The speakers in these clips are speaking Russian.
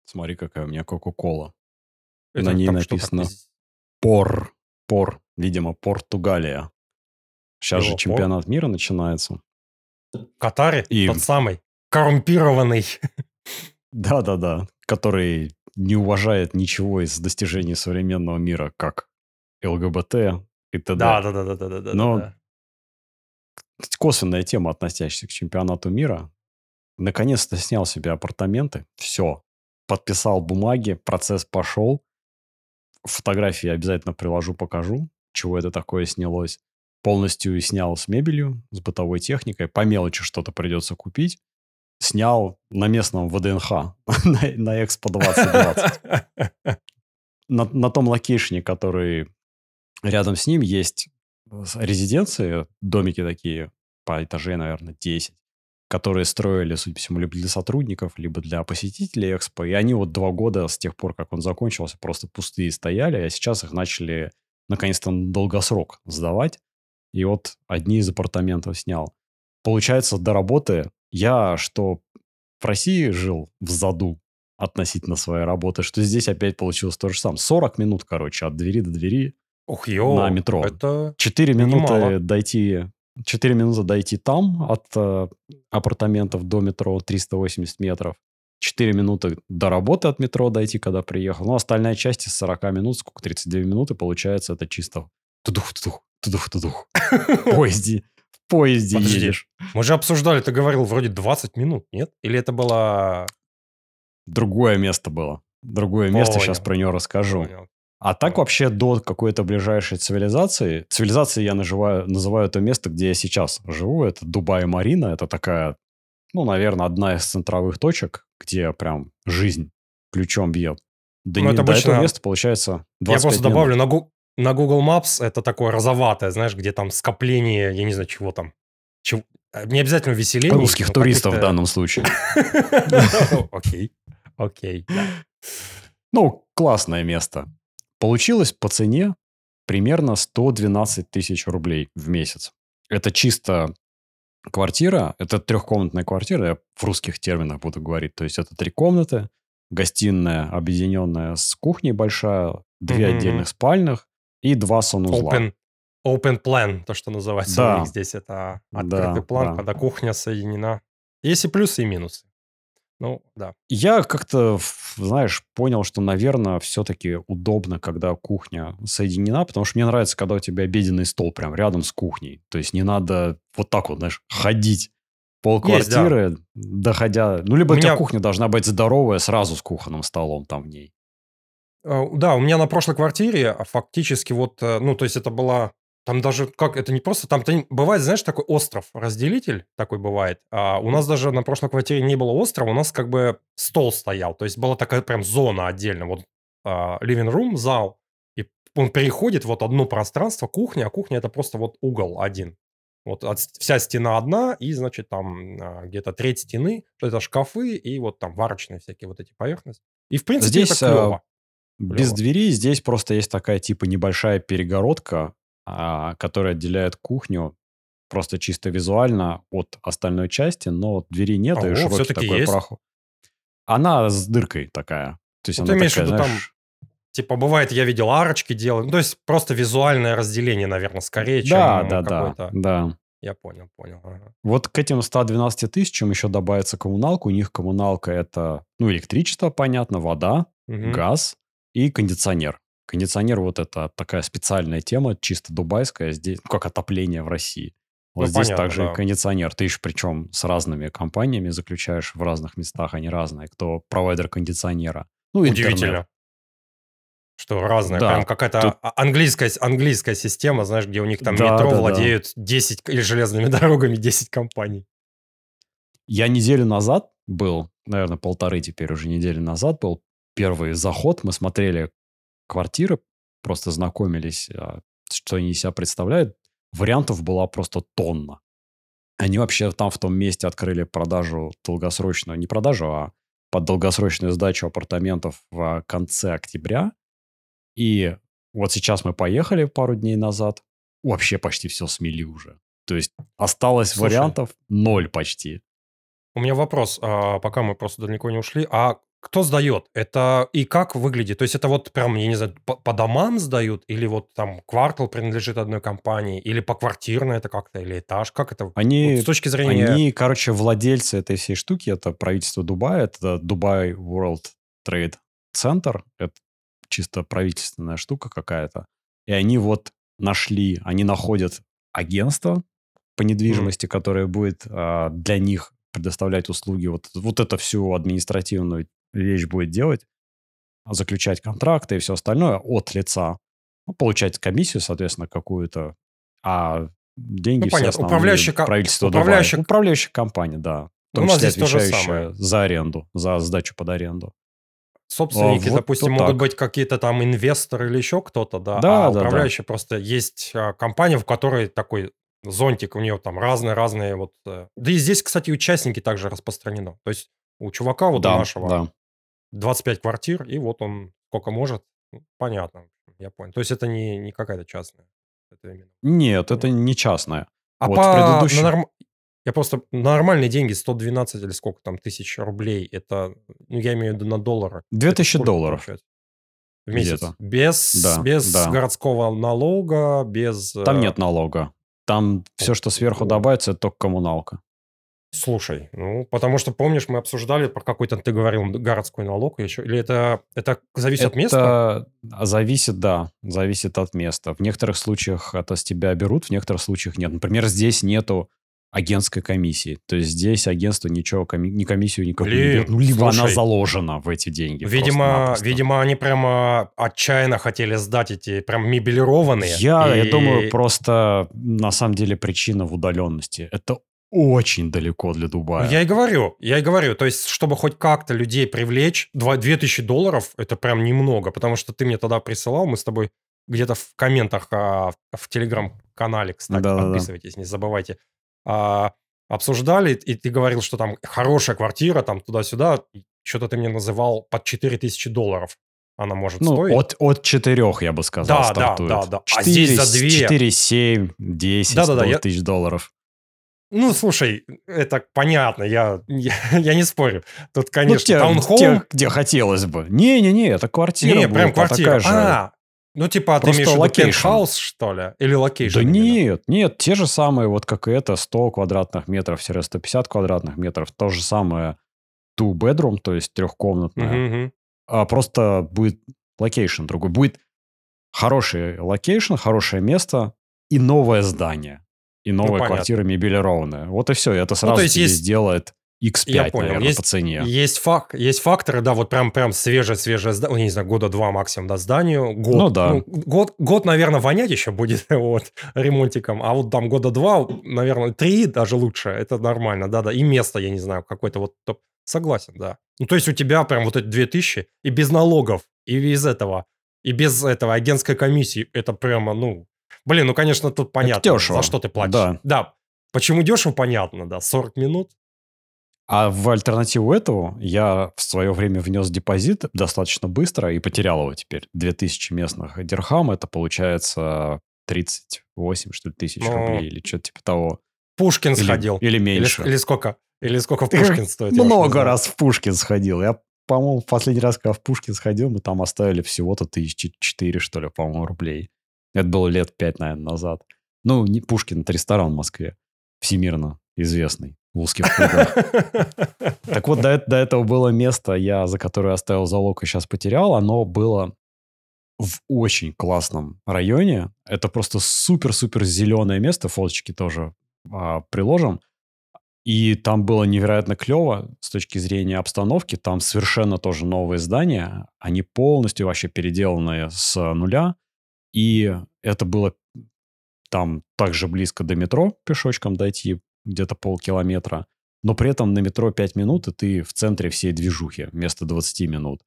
Смотри, какая у меня Кока-Кола. На Это ней там что, как-то... написано «Пор». Пор, видимо, Португалия. Сейчас же Пор? чемпионат мира начинается. В Катаре? И Тот самый. Коррумпированный. да-да-да, который не уважает ничего из достижений современного мира, как ЛГБТ и Да, т.д. да, да, да, да, да, да, да, Но да. косвенная тема, относящаяся к чемпионату мира. Наконец-то снял себе апартаменты. Все. Подписал бумаги, процесс пошел. Фотографии обязательно приложу, покажу, чего это такое снялось. Полностью снял с мебелью, с бытовой техникой. По мелочи что-то придется купить. Снял на местном ВДНХ, на Экспо 2020. На том локейшене, который рядом с ним, есть резиденции, домики такие, по этажей, наверное, 10, которые строили, судя по всему, либо для сотрудников, либо для посетителей Экспо. И они вот 2 года с тех пор, как он закончился, просто пустые стояли, а сейчас их начали наконец-то на долгосрок сдавать. И вот одни из апартаментов снял. Получается, до работы я, что в России жил в заду относительно своей работы, что здесь опять получилось то же самое. 40 минут, короче, от двери до двери Ух, на ё, метро. это 4 немало. минуты дойти, 4 минуты дойти там от апартаментов до метро 380 метров. 4 минуты до работы от метро дойти, когда приехал. Ну, остальная часть из 40 минут, сколько, 32 минуты, получается, это чисто тудух-тудух, тудух-тудух. В поезде Подожди, едешь. мы же обсуждали, ты говорил, вроде 20 минут, нет? Или это было... Другое место было. Другое место, сейчас Понял, про него расскажу. понял, А так понял. вообще до какой-то ближайшей цивилизацией я называю то место, где я сейчас живу, это Дубай-Марина, это такая, ну, наверное, одна из центровых точек, где прям жизнь ключом бьет. Ну, это До этого обычно... места, получается, Я просто 25 добавлю, минут. на Google Maps это такое розоватое, знаешь, где там скопление, я не знаю, чего там. Не обязательно веселений, Русских но туристов в каких-то... данном случае. Окей, окей, да. Ну, классное место. Получилось по цене примерно 112 тысяч рублей в месяц. Это чисто квартира, это трехкомнатная квартира, я в русских терминах буду говорить. То есть это 3 комнаты, гостиная объединенная с кухней большая, 2 Мгм, мгм. отдельных спальных и 2 санузла. Open, open plan, то, что называется у них Да, здесь, это открытый да, план, да. когда кухня соединена. Есть и плюсы, и минусы. Ну, да. Я как-то, знаешь, понял, что, наверное, все-таки удобно, когда кухня соединена, потому что мне нравится, когда у тебя обеденный стол прям рядом с кухней. То есть не надо вот так вот, знаешь, ходить Есть, да. полквартиры, доходя... Ну, У либо у тебя меня, кухня должна быть здоровая сразу с кухонным столом там в ней. да, у меня на прошлой квартире фактически вот, ну, то есть это была... Там даже, как, это не просто, бывает, знаешь, такой остров-разделитель, такой бывает. А у нас даже на прошлой квартире не было острова, у нас как бы стол стоял. То есть была такая прям зона отдельно. Вот living room, зал, и он переходит вот одно пространство, кухня, а кухня это просто вот угол один. Вот вся стена одна, и, значит, там где-то треть стены, это шкафы и вот там варочные всякие вот эти поверхности. И, в принципе, это Здесь клево. без Клево. двери, здесь просто есть такая типа небольшая перегородка, которая отделяет кухню просто чисто визуально от остальной части, но вот двери нет, и О, широкий все-таки такой есть. проход. Она с дыркой такая. То есть Ну, ты она имеешь в такая, виду там, знаешь... типа, бывает, я видел арочки делают. Ну, то есть просто визуальное разделение, наверное, скорее, Да, чем да, да, какое-то... да. Я понял, понял. Ага. Вот к этим 112 тысячам еще добавится коммуналка. У них коммуналка это, ну, электричество, понятно, вода, Мгм. газ и кондиционер. Кондиционер вот это такая специальная тема, чисто дубайская, здесь, ну, как отопление в России. Вот Ну, здесь понятно, также и да. кондиционер. Ты еще причем с разными компаниями заключаешь в разных местах, они разные, кто провайдер кондиционера. Ну, интернет. Удивительно, что разное. Прям Да, какая-то тут, английская система, знаешь, где у них там да, метро да, да. владеют 10 или железными дорогами 10 компаний. Я неделю назад был, наверное, полторы теперь уже недели назад был первый заход. Мы смотрели квартиры, просто знакомились, что они из себя представляют. Вариантов была просто тонна. Они вообще там в том месте открыли продажу долгосрочную, не продажу, а под долгосрочную сдачу апартаментов в конце октября. И вот сейчас мы поехали пару дней назад, вообще почти все смели уже. То есть осталось Слушай, вариантов ноль почти. у меня вопрос, пока мы просто далеко не ушли. А кто сдает? Это и как выглядит? То есть это вот прям, я не знаю, по домам сдают? Или вот там квартал принадлежит одной компании? Или поквартирно это как-то? Или этаж? Как это? Вот с Они, точки зрения... они, короче, владельцы этой всей штуки, это правительство Дубая, это Dubai World Trade Center, это чисто правительственная штука какая-то. И они вот они находят агентство по М, недвижимости, которое будет для них предоставлять услуги, вот это всю административную вещь будет делать, заключать контракты и все остальное от лица, ну, получать комиссию, соответственно, какую-то, а Ну, деньги все понятно. основные правительство Дубая. Управляющая... Управляющая компания, да. В Ну, том у нас числе здесь то же самое. отвечающая за аренду, за сдачу под аренду. Собственники, Вот то допустим, могут так. быть какие-то там инвесторы или еще кто-то, да, а Да, да, да. управляющая просто есть компания, в которой такой зонтик, у нее там разные-разные вот... Да и здесь, кстати, участники также распространено. То есть у чувака, вот у Да, нашего, да. 25 квартир, и вот он сколько может. Ну, понятно, я понял. То есть это не какая-то частная. Это именно... Нет, это Понял. не частное. А Вот в по... предыдущих... Я просто... На нормальные деньги 112 или сколько там тысяч рублей, это... Ну, я имею в виду на доллары. Это 2000 сколько долларов получается? В месяц. где-то. Без, Да, без да. городского налога, без... Там нет налога. Там все, что сверху Ого. добавится, это только коммуналка. Слушай, ну, потому что, помнишь, мы обсуждали про какой-то, ты говорил, городской налог еще, или это зависит от места? Это зависит, да, зависит от места. В некоторых случаях это с тебя берут, в некоторых случаях нет. Например, здесь нету агентской комиссии. То есть здесь агентство ничего, ни комиссию никакую не берет. Блин, Ну, либо она слушай, заложена в эти деньги видимо, просто-напросто. видимо, они прямо отчаянно хотели сдать эти прям мебелированные, Я думаю, и просто на самом деле причина в удаленности. Это очень далеко для ну, Дубая. я и говорю, то есть, чтобы хоть как-то людей привлечь, 2000 долларов, это прям немного, потому что ты мне тогда присылал, мы с тобой где-то в комментах в телеграм-канале, кстати, Да-да-да. подписывайтесь, не забывайте, а, обсуждали, и ты говорил, что там хорошая квартира, там туда-сюда, что-то ты мне называл под 4000 долларов она может Ну, стоить. от 4, я бы сказал, Да, да, да, стартует. да, а здесь 4, за 2. 4, 7, 10 Да-да-да, тысяч долларов. ну, слушай, это понятно, я не спорю. Тут, Ну, конечно, те, таунхоум. где хотелось бы. Не-не-не, это квартира Не, прям будет, а такая квартира. же. Ну типа ты Просто имеешь в виду локейшн. пентхаус, что ли? Или Да локейшн именно? нет, нет, те же самые, вот как и это, 100 квадратных метров-150 квадратных метров. То же самое two bedroom, то есть Мгм, трехкомнатная. мгм. А просто будет локейшн другой. Будет хороший локейшн, хорошее место и новое здание. И Ну, новая квартира понятно. мебелированная. Вот и все. И это Ну, то сразу есть тебе есть, сделает я X5, понял, наверное, по цене. есть факторы, да, вот прям свежее здание, не знаю, года 2 максимум, да, зданию, Ну год. да. Ну, год, наверное, вонять еще будет, вот, ремонтиком, а вот там года 2, наверное, 3 даже лучше, это нормально, да-да, и место, я не знаю, какой-то вот топ. Согласен, да. Ну, то есть у тебя прям вот эти 2000 и без налогов, и без этого агентской комиссии, это прямо, ну, блин, ну, конечно, тут Это понятно, за дешево. что ты платишь. Да. Да, почему дешево, понятно, да, 40 минут. А в альтернативу этому я в свое время внес депозит достаточно быстро и потерял его теперь. 2000 местных дирхам, это получается 38, что ли, тысяч Ну, рублей или что-то типа того. Пушкин Или, сходил. или Или, меньше. или сколько? Или сколько в Пушкин стоит, я уж не Много знаю. раз в Пушкин сходил. Я, по-моему, в последний раз, когда в Пушкин сходил, мы там оставили всего-то 1004, что ли, по-моему, рублей. Это было лет 5, наверное, назад. Ну, не Пушкин, это ресторан в Москве. Всемирно известный в узких кругах. Так вот, до этого было место, за которое оставил залог и сейчас потерял. Оно было в очень классном районе. Это просто супер-супер зеленое место. Фоточки тоже приложим. И там было невероятно клево с точки зрения обстановки. Там совершенно тоже новые здания. Они полностью вообще переделанные с нуля. И это было там также близко до метро, пешочком дойти, где-то полкилометра. Но при этом на метро 5 минут, и ты в центре всей движухи вместо 20 минут.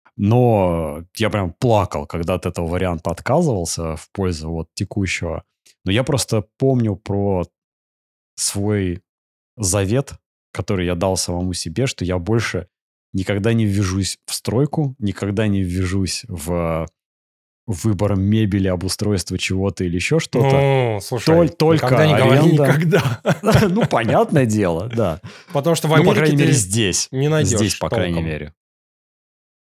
Но я прям плакал, когда от этого варианта отказывался в пользу вот текущего. Но я просто помню про свой завет, который я дал самому себе, что я больше никогда не ввяжусь в стройку, никогда не ввяжусь в выбор мебели, обустройство чего-то или еще что-то. Ну, слушай, Только никогда не говори аренда. никогда. Ну, понятное дело, да. Потому что в Ну, по Америке крайней мере, ты здесь. не Здесь, найдешь по крайней толком. мере.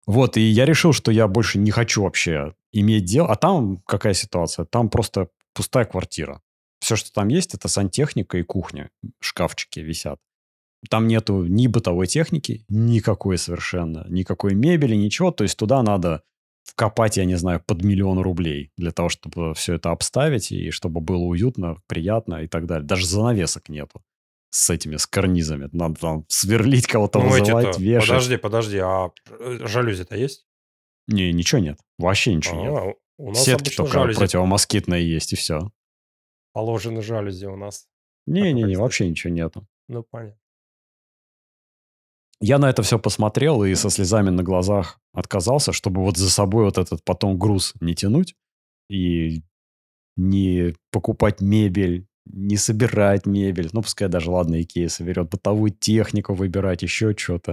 Вот, и я решил, что я больше не хочу вообще иметь дело. А там какая ситуация? Там просто пустая квартира. Все, что там есть, это сантехника и кухня. Шкафчики висят. Там нету ни бытовой техники, никакой совершенно, никакой мебели, ничего. То есть туда надо вкопать, я не знаю, под 1 000 000 рублей для того, чтобы все это обставить и чтобы было уютно, приятно и так далее. Даже занавесок нету с этими, с карнизами. Надо там сверлить, кого-то Ну, вызывать, эти-то, вешать. подожди, а жалюзи-то есть? Не, ничего нет. Вообще ничего нет. У нас Сетки обычно только жалюзи противомоскитные есть, и все. положены, жалюзи у нас. Такой, как Не-не-не, знаешь, вообще ничего нету. ну, понятно. Я на это все посмотрел и со слезами на глазах отказался, чтобы вот за собой вот этот потом груз не тянуть и не покупать мебель, не собирать мебель. Ну, пускай даже, ладно, Икея соберет, бытовую технику выбирать, еще что-то.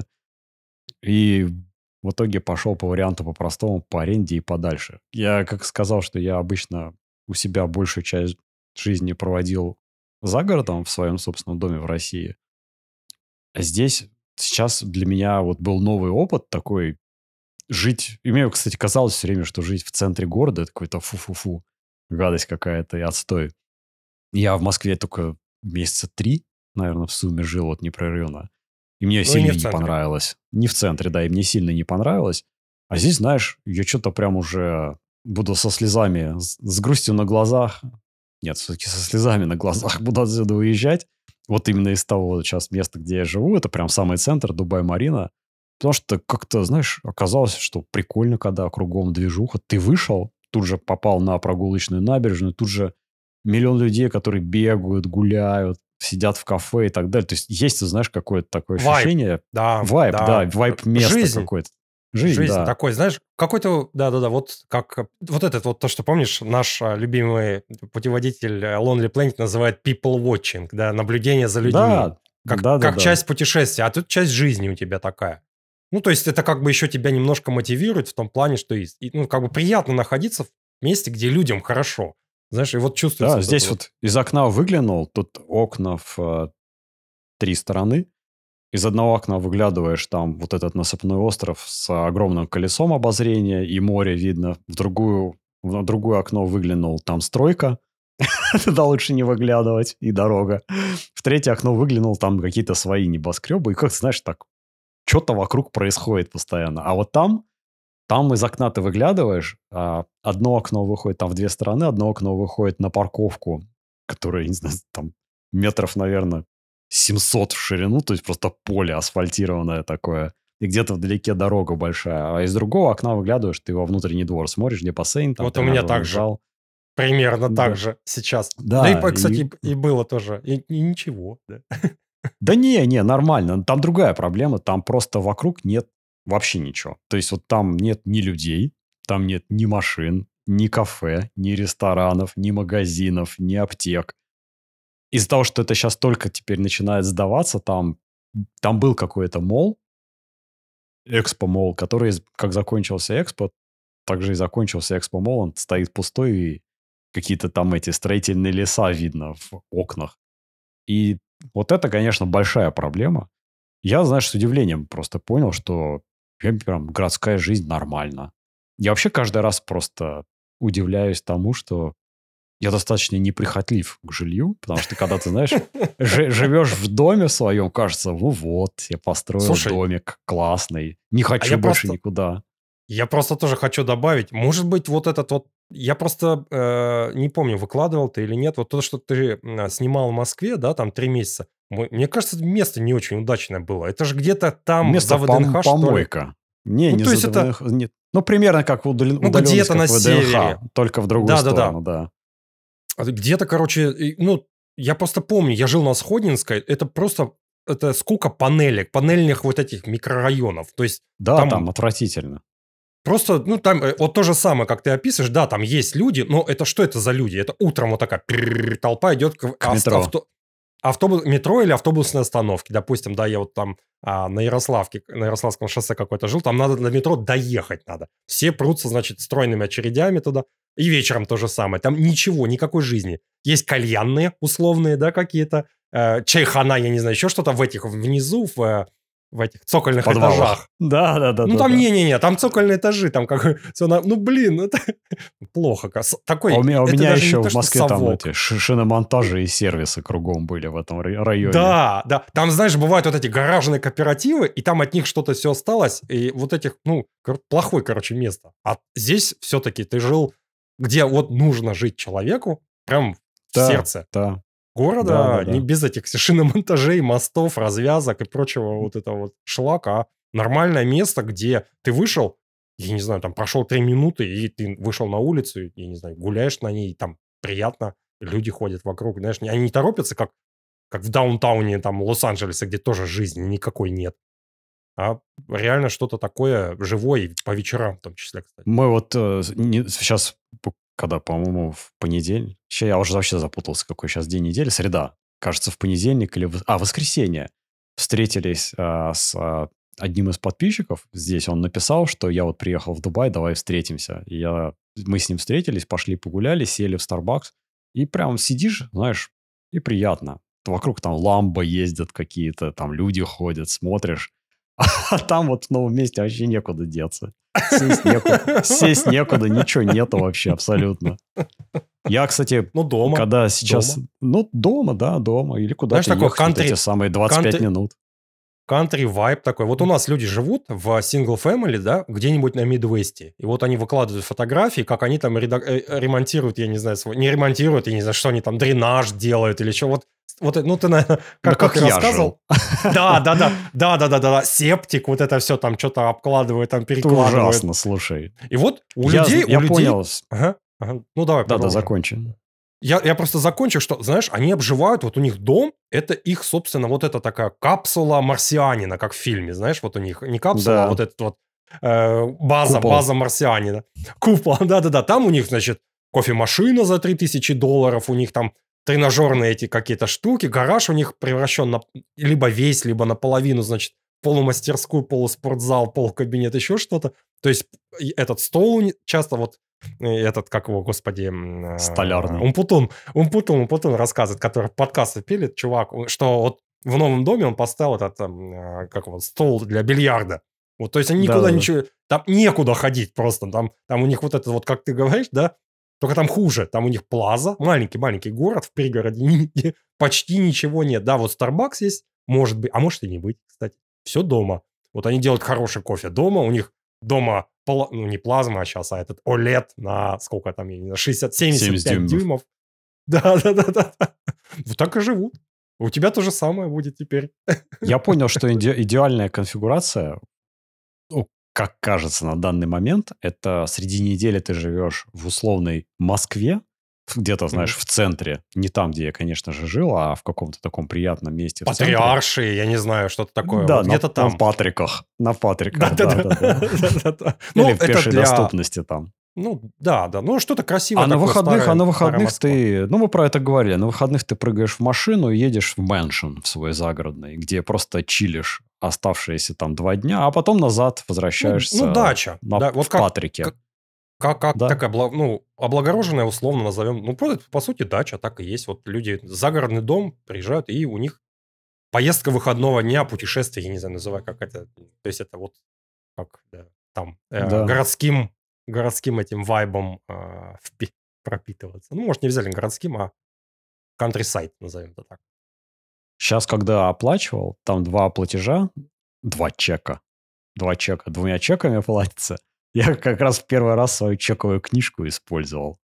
И в итоге пошел по варианту по-простому, по аренде и подальше. Я как сказал, что я обычно у себя большую часть жизни проводил за городом в своем собственном доме в России. А здесь сейчас для меня вот был новый опыт такой жить. И мне, кстати, казалось все время, что жить в центре города это какой-то фу-фу-фу, гадость какая-то и отстой. Я в Москве только месяца 3, наверное, в сумме жил вот непрерывно. И мне Ну, и не сильно в не центре. понравилось. Не в центре, да, и мне сильно не понравилось. А здесь, знаешь, я что-то прям уже буду со слезами, с грустью на глазах. Нет, все-таки со слезами на глазах буду отсюда уезжать. Вот именно из того вот сейчас места, где я живу. Это прям самый центр, Дубай-Марина. Потому что как-то, знаешь, оказалось, что прикольно, когда кругом движуха. Ты вышел, тут же попал на прогулочную набережную, тут же 1 000 000 людей, которые бегают, гуляют, сидят в кафе и так далее. То есть есть, ты знаешь, какое-то такое Вайб, ощущение. да, Вайб, да, да. вайб места Жизнь. какой-то. Жизнь, Жизнь да. такой, знаешь, какой-то, да-да-да, вот как вот этот вот то, что помнишь, наш любимый путеводитель Lonely Planet называет people watching, да, наблюдение за людьми, Да, как да-да-да. часть путешествия, а тут часть жизни у тебя такая. Ну, то есть это как бы еще тебя немножко мотивирует в том плане, что ну, как бы приятно находиться в месте, где людям хорошо. Знаешь, и вот чувствуется Да, вот это здесь вот. вот из окна выглянул, тут окна в 3 стороны. Из одного окна выглядываешь, там вот этот насыпной остров с огромным колесом обозрения, и море видно. На другое окно выглянул, там стройка. Туда лучше не выглядывать, и дорога. В третье окно выглянул, там какие-то свои небоскребы. И как, знаешь, так, что-то вокруг происходит постоянно. А вот там из окна ты выглядываешь, одно окно выходит там в 2 стороны, одно окно выходит на парковку, которая, не знаю, там метров, наверное, 700 в ширину, то есть просто поле асфальтированное такое. И где-то вдалеке дорога большая. А из другого окна выглядываешь, ты во внутренний двор смотришь, где бассейн, там Вот у меня тренажерный также, зал. примерно так Да, же сейчас. Да и, да, кстати, и было тоже, и ничего, да. да не, нормально. Там другая проблема. Там просто вокруг нет вообще ничего. То есть вот там нет ни людей, там нет ни машин, ни кафе, ни ресторанов, ни магазинов, ни аптек. Из-за того, что это сейчас только теперь начинает сдаваться, там был какой-то мол, экспо-мол, который, как закончился экспо, так же и закончился экспо-мол. Он стоит пустой, и какие-то там эти строительные леса видно в окнах. И вот это, конечно, большая проблема. Я, знаешь, с удивлением просто понял, что прям городская жизнь нормальна. Я вообще каждый раз просто удивляюсь тому, что я достаточно неприхотлив к жилью, потому что когда ты, знаешь, живешь в доме своем, кажется, ну вот, я построил Слушай, домик классный, не а хочу больше никуда. я просто тоже хочу добавить, может быть, вот этот вот, я просто не помню, выкладывал ты или нет, вот то, что ты снимал в Москве, да, там 3 месяца, мне кажется, место не очень удачное было. Это же где-то там Место за ВДНХ, что ли? помойка. Не, Ну, не то за есть это, ВДНХ, нет. Ну, примерно как ну, удаленность, где-то как на ВДНХ, севере. только в другую Да-да-да. сторону, да. Где-то, короче, ну, я просто помню, я жил на Сходнинской, это просто, это скука панелек, панельных вот этих микрорайонов. То есть Да, там там отвратительно. просто, ну, там вот то же самое, как ты описываешь, да, там есть люди, но это что это за люди? Это утром вот такая толпа идет к К метро. метро или автобусной остановке. Допустим, да, я вот там на на Ярославском шоссе какое-то жил, там надо до метро доехать надо. Все прутся, значит, стройными очередями туда. И вечером то же самое. Там ничего, никакой жизни. Есть кальянные условные, да, какие-то. Чайхана, я не знаю, еще что-то в этих внизу, в этих цокольных Подвалах. этажах. Да, да, да, Ну, да, там да. не-не-не, там цокольные этажи, там как... Ну, блин, это плохо. Такой, У это меня даже не еще то, в что Москве там эти совок. шиномонтажи и сервисы кругом были в этом районе. Да, да. Там, знаешь, бывают вот эти гаражные кооперативы, и там от них что-то все осталось, и вот этих, ну, плохое, короче, место. А здесь все-таки ты жил, где вот нужно жить человеку, прям в Да, сердце да, да, да, города, не да. без этих шиномонтажей, мостов, развязок и прочего вот этого вот шлака, а нормальное место, где ты вышел, я не знаю, там прошел 3 минуты, и ты вышел на улицу, я не знаю, гуляешь на ней, там приятно, люди ходят вокруг, знаешь, они не торопятся, как в даунтауне там Лос-Анджелеса, где тоже жизни никакой нет. А реально что-то такое живое по вечерам в том числе, кстати. Мы вот сейчас, когда, по-моему, в понедельник, сейчас я уже вообще запутался, какой сейчас день недели, среда, кажется, в понедельник или воскресенье, встретились с одним из подписчиков здесь, он написал, что я вот приехал в Дубай, давай встретимся. Мы с ним встретились, пошли погуляли, сели в Starbucks, и прям сидишь, знаешь, и приятно. Вокруг там ламбо ездят какие-то, там люди ходят, смотришь, а там вот в новом месте вообще некуда деться. Сесть некуда, ничего нету вообще абсолютно. Я, кстати, Ну, дома. когда сейчас... Дома. Ну, дома, да, дома. Или Знаешь, куда-то такой ехать, вот эти самые 25 кантри, минут. кантри вайб такой. Вот у нас люди живут в single family, да, где-нибудь на Мидвесте. И вот они выкладывают фотографии, как они там ремонтируют, я не знаю, не ремонтируют, я не знаю, что они там, дренаж делают или что. Вот, ну, ты, наверное, Да как как ты я рассказывал. Да, септик, вот это все там что-то обкладывают, там Это перекладывают. ужасно, слушай. И вот у Я людей... понял. Ага. Ну, давай Да, продолжим. закончим. Я просто закончу, что, знаешь, они обживают, вот у них дом, это их, собственно, вот эта такая капсула марсианина, как в фильме, знаешь, вот у них не капсула, а Да. вот этот вот база, Купол. база марсианина. Купол, да-да-да, там у них, значит, кофемашина за $3000, у них там тренажерные эти какие-то штуки, гараж у них превращен на либо весь, либо наполовину, значит, полумастерскую, полуспортзал, полукабинет, еще что-то. То есть этот стол часто вот этот, как его, господи, Столярный. Умпутун рассказывает, который подкасты пилит, чувак, что вот в новом доме он поставил этот, как его, стол для бильярда. Вот, то есть они никуда Да-да-да. ничего, там некуда ходить просто, там у них вот это вот, как ты говоришь, да, только там хуже, там у них плаза, маленький-маленький город в пригороде, почти ничего нет. Да, вот Starbucks есть, может быть, а может и не быть, кстати. Все дома. Вот они делают хороший кофе дома, у них дома, ну не плазма, а сейчас, а этот OLED на сколько там, я не знаю, 70 75 дюймов. дюймов. Да. Вот так и живут. У тебя то же самое будет теперь. Я понял, что идеальная конфигурация, ну, как кажется на данный момент, это среди недели ты живешь в условной Москве, где-то, знаешь, в центре. Не там, где я, конечно же, жил, а в каком-то таком приятном месте в центре. Патриарши, я не знаю, что-то такое. Да, Вот где-то там. на Патриках. На Патриках, Да. да. Ну, Или в это пешей для... доступности там. Ну, да. Ну, что-то красивое А на такое, выходных, старая Москва. ты... Ну, мы про это говорили. На выходных ты прыгаешь в машину и едешь в мэншн в свой загородный, где просто чилишь оставшиеся там 2 дня, а потом назад возвращаешься дача. Да, в вот Патрике. Как Да. такая, облагороженная, условно назовем. Ну, просто, по сути, дача так и есть. Вот люди, загородный дом, приезжают, и у них поездка выходного дня, путешествие, я не знаю, называю как это. То есть это вот как там Да. городским этим вайбом пропитываться. Ну, может, не взяли городским, а countryside, назовем это так. Сейчас, когда оплачивал, там 2 платежа, 2 чека. 2 чека. 2 чеками платится. Я как раз в первый раз свою чековую книжку использовал.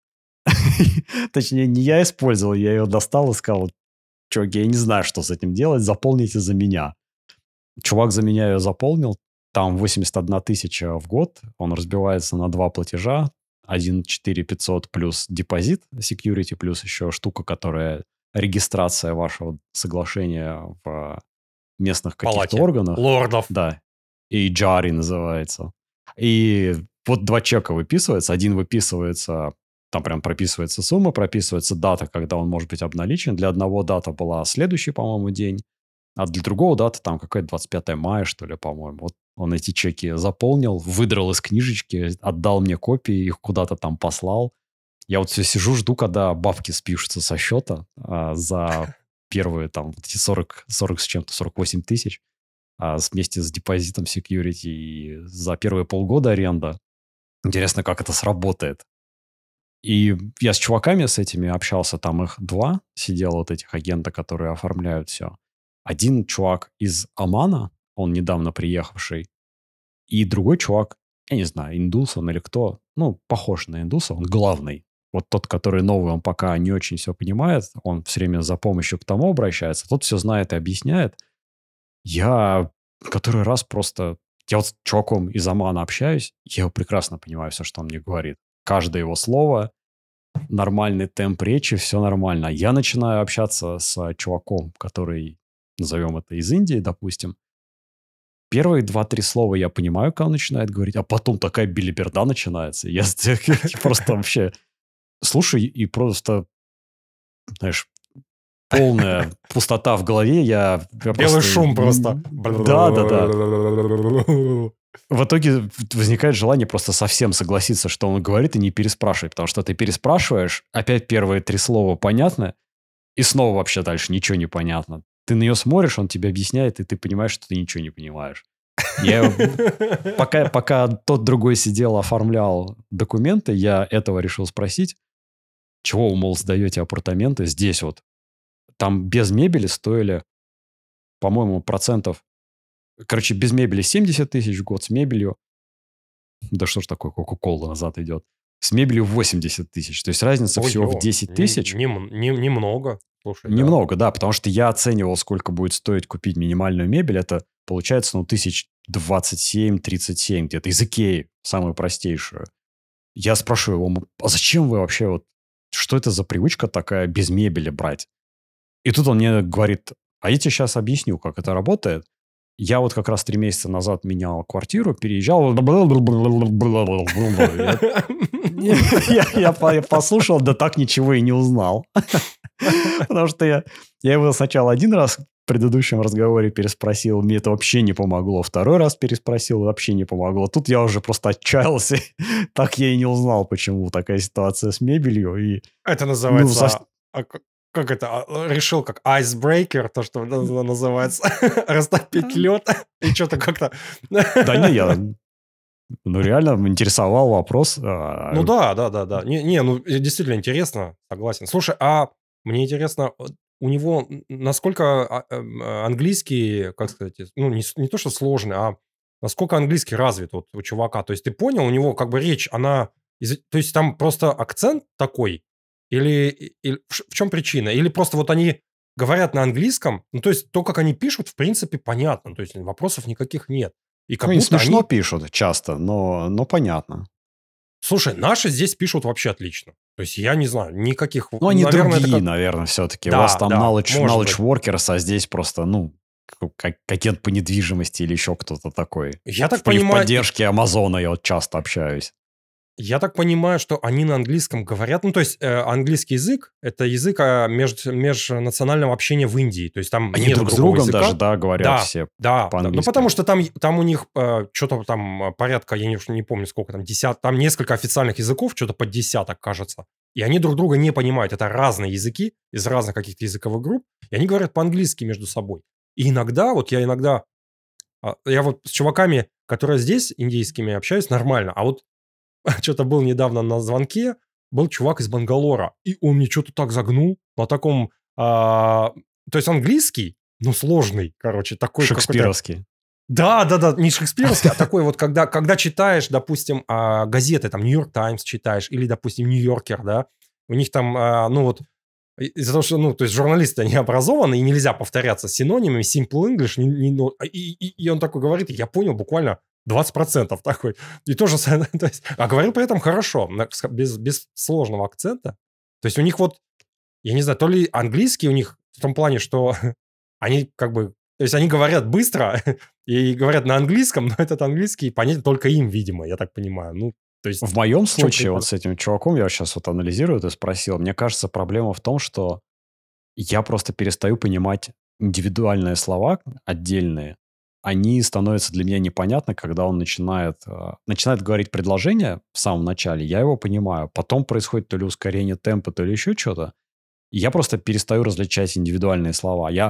Точнее, не я использовал, я ее достал и сказал: чуваки, я не знаю, что с этим делать, заполните за меня. Чувак за меня ее заполнил. Там 81 тысяча в год. Он разбивается на 2 платежа. 1 4500 плюс депозит, security, плюс еще штука, которая регистрация вашего соглашения в местных каких-то Палате органах. лордов. Да. И Джари называется. И вот 2 чека выписывается. Один выписывается, там прям прописывается сумма, прописывается дата, когда он может быть обналичен. Для одного дата была следующий, по-моему, день. А для другого дата там какая-то 25 мая, что ли, по-моему. Вот он эти чеки заполнил, выдрал из книжечки, отдал мне копии, их куда-то там послал. Я вот все сижу, жду, когда бабки спишутся со счета за первые там эти 40 с чем-то, 48 тысяч. вместе с депозитом security и за первые полгода аренда. Интересно, как это сработает. И я с чуваками с этими общался, там их два сидело, вот этих агента, которые оформляют все. Один чувак из Омана, он недавно приехавший, и другой чувак, я не знаю, индус он или кто, ну, похож на индуса, он главный. Вот тот, который новый, он пока не очень все понимает, он все время за помощью к тому обращается, тот все знает и объясняет. Я который раз просто... Я вот с чуваком из Омана общаюсь, я его прекрасно понимаю все, что он мне говорит. Каждое его слово, нормальный темп речи, все нормально. Я начинаю общаться с чуваком, который, назовем это, из Индии, допустим. Первые 2-3 слова я понимаю, когда он начинает говорить, а потом такая белиберда начинается. Я просто вообще слушаю и просто, знаешь, полная пустота в голове. Я Белый шум просто. Да. В итоге возникает желание просто совсем согласиться, что он говорит, и не переспрашивать. Потому что ты переспрашиваешь, опять первые 3 слова понятно, и снова вообще дальше ничего не понятно. Ты на нее смотришь, он тебе объясняет, и ты понимаешь, что ты ничего не понимаешь. Пока тот другой сидел, оформлял документы, я этого решил спросить. Чего вы, мол, сдаете апартаменты здесь вот? Там без мебели стоили, по-моему, процентов... Короче, без мебели 70 тысяч в год, с мебелью... Да что ж такое, Кока-Кола назад идет. С мебелью 80 тысяч. То есть разница всего в 10 тысяч. Немного. Слушай, Немного, да, потому что я оценивал, сколько будет стоить купить минимальную мебель. Это получается, 1027-37 где-то. Из Икеи, самую простейшую. Я спрашиваю его, а зачем вы вообще вот... Что это за привычка такая без мебели брать? И тут он мне говорит, а я тебе сейчас объясню, как это работает. Я вот как раз 3 месяца назад менял квартиру, переезжал. Я послушал, да так ничего и не узнал. Потому что я его сначала один раз в предыдущем разговоре переспросил, мне это вообще не помогло. Второй раз переспросил, вообще не помогло. Тут я уже просто отчаялся. Так я и не узнал, почему такая ситуация с мебелью. Это называется... Как это? Решил как icebreaker, то, что называется. Растопить лед. И что-то как-то... Да не, я... реально интересовал вопрос. Ну да. Ну действительно интересно, согласен. Слушай, а мне интересно, у него насколько английский, как сказать, ну не то, что сложный, а насколько английский развит вот у чувака. То есть ты понял, у него как бы речь, она... То есть там просто акцент такой? Или в чем причина? Или просто вот они говорят на английском, ну то есть то, как они пишут, в принципе, понятно. То есть вопросов никаких нет. И как будто смешно они... пишут часто, но понятно. Слушай, наши здесь пишут вообще отлично. То есть я не знаю, никаких... Ну, они другие, наверное, все-таки. Да, у вас там knowledge быть. workers, а здесь просто, как агент по недвижимости или еще кто-то такой. Я так понимаю... В поддержке Амазона я вот часто общаюсь. Я так понимаю, что они на английском говорят. Ну, то есть английский язык – это язык межнационального общения в Индии. То есть там они нет друг с другом языка. Даже, да, говорят все по-английски. Ну, потому что там у них что-то там порядка, я не помню сколько там, там несколько официальных языков, что-то под десяток, кажется. И они друг друга не понимают. Это разные языки из разных каких-то языковых групп. И они говорят по-английски между собой. И иногда, я вот с чуваками, которые здесь, индийскими, общаюсь нормально. А вот что-то был недавно на звонке, был чувак из Бангалора, и он мне что-то так загнул на таком... то есть английский, но сложный, короче, такой... Шекспировский. Да, не шекспировский, а такой вот, когда читаешь, допустим, газеты, там, Нью-Йорк Таймс читаешь, или, допустим, Нью-Йоркер, да, у них там, из-за того, что, то есть журналисты, они образованы, и нельзя повторяться с синонимами, simple English, и он такой говорит, я понял буквально 20% такой. И тоже, то есть, говорил при этом хорошо, без сложного акцента. То есть у них вот, я не знаю, то ли английский у них в том плане, что они как бы, то есть они говорят быстро и говорят на английском, но этот английский понятен только им, видимо, я так понимаю. Ну, то есть... В моем случае, вот с этим чуваком, я сейчас вот анализирую, ты спросил, мне кажется, проблема в том, что я просто перестаю понимать индивидуальные слова отдельные. Они становятся для меня непонятны, когда он начинает говорить предложение в самом начале, я его понимаю. Потом происходит то ли ускорение темпа, то ли еще что-то. И я просто перестаю различать индивидуальные слова. Я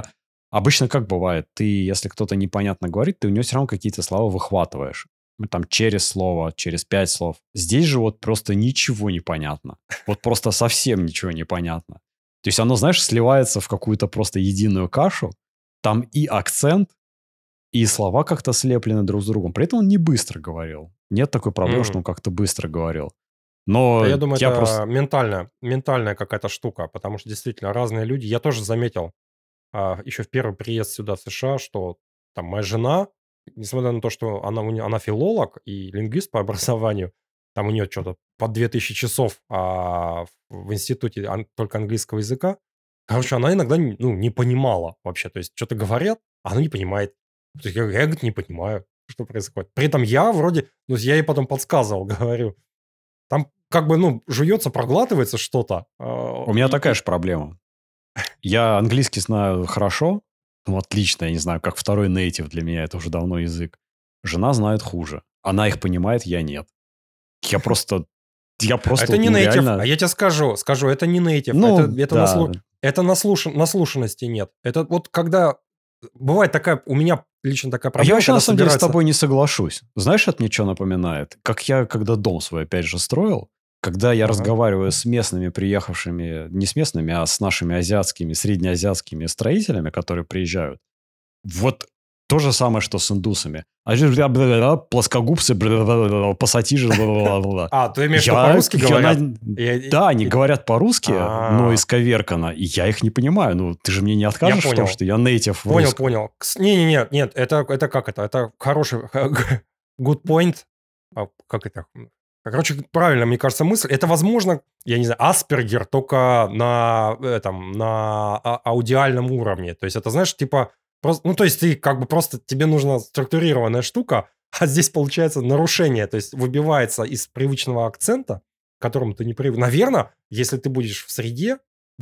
Обычно как бывает, ты, если кто-то непонятно говорит, ты у него все равно какие-то слова выхватываешь. Ну, там через слово, через 5 слов. Здесь же вот просто ничего не понятно. Вот просто совсем ничего не понятно. То есть оно, знаешь, сливается в какую-то просто единую кашу. Там и акцент, и слова как-то слеплены друг с другом. При этом он не быстро говорил. Нет такой проблемы, что Мгм. он как-то быстро говорил. Да, Но я думаю, я просто... это ментальная какая-то штука, потому что действительно разные люди. Я тоже заметил, еще в первый приезд сюда, в США, что там моя жена, несмотря на то, что она филолог и лингвист по образованию, там у нее что-то по 2000 часов в институте только английского языка. Короче, она иногда не понимала вообще. То есть что-то говорят, а она не понимает. То есть я говорит, не понимаю, что происходит. При этом я вроде, ну, я ей потом подсказывал, говорю, там как бы, жуется, проглатывается что-то. У меня такая же проблема. Я английский знаю хорошо, ну, отлично, я не знаю, как второй нейтив для меня, это уже давно язык. Жена знает хуже. Она их понимает, я нет. Я просто, я А просто это вот, не ну, нейтив. А реально, я тебе скажу, это не нейтив. ну, Это да. наслушанности нет. Это вот когда... Бывает такая... У меня лично такая А я проблема, вообще, на когда самом деле, с собирается... тобой не соглашусь. Знаешь, это мне что напоминает? Как я, когда дом свой, опять же, строил, когда я Ага. разговариваю с местными приехавшими, не с местными, а с нашими азиатскими, среднеазиатскими строителями, которые приезжают, вот то же самое, что с индусами. Плоскогубцы, пассатижи, Ты имеешь в виду по-русски говорят? Да, они говорят по-русски, но А, исковерканно, и я их не понимаю. Ну, ты же мне не я откажешь в том, понял. что я нейтив в Понял, русском. понял. Не, нет, это как это? Это хороший good point. Как это? Короче, правильно, мне кажется, мысль. Это, возможно, я не знаю, Аспергер только на аудиальном уровне. То есть это, знаешь, типа, просто, ну, то есть ты как бы просто, тебе нужна структурированная штука, а здесь получается нарушение, то есть выбивается из привычного акцента, к которому ты не привык. Наверное, если ты будешь в среде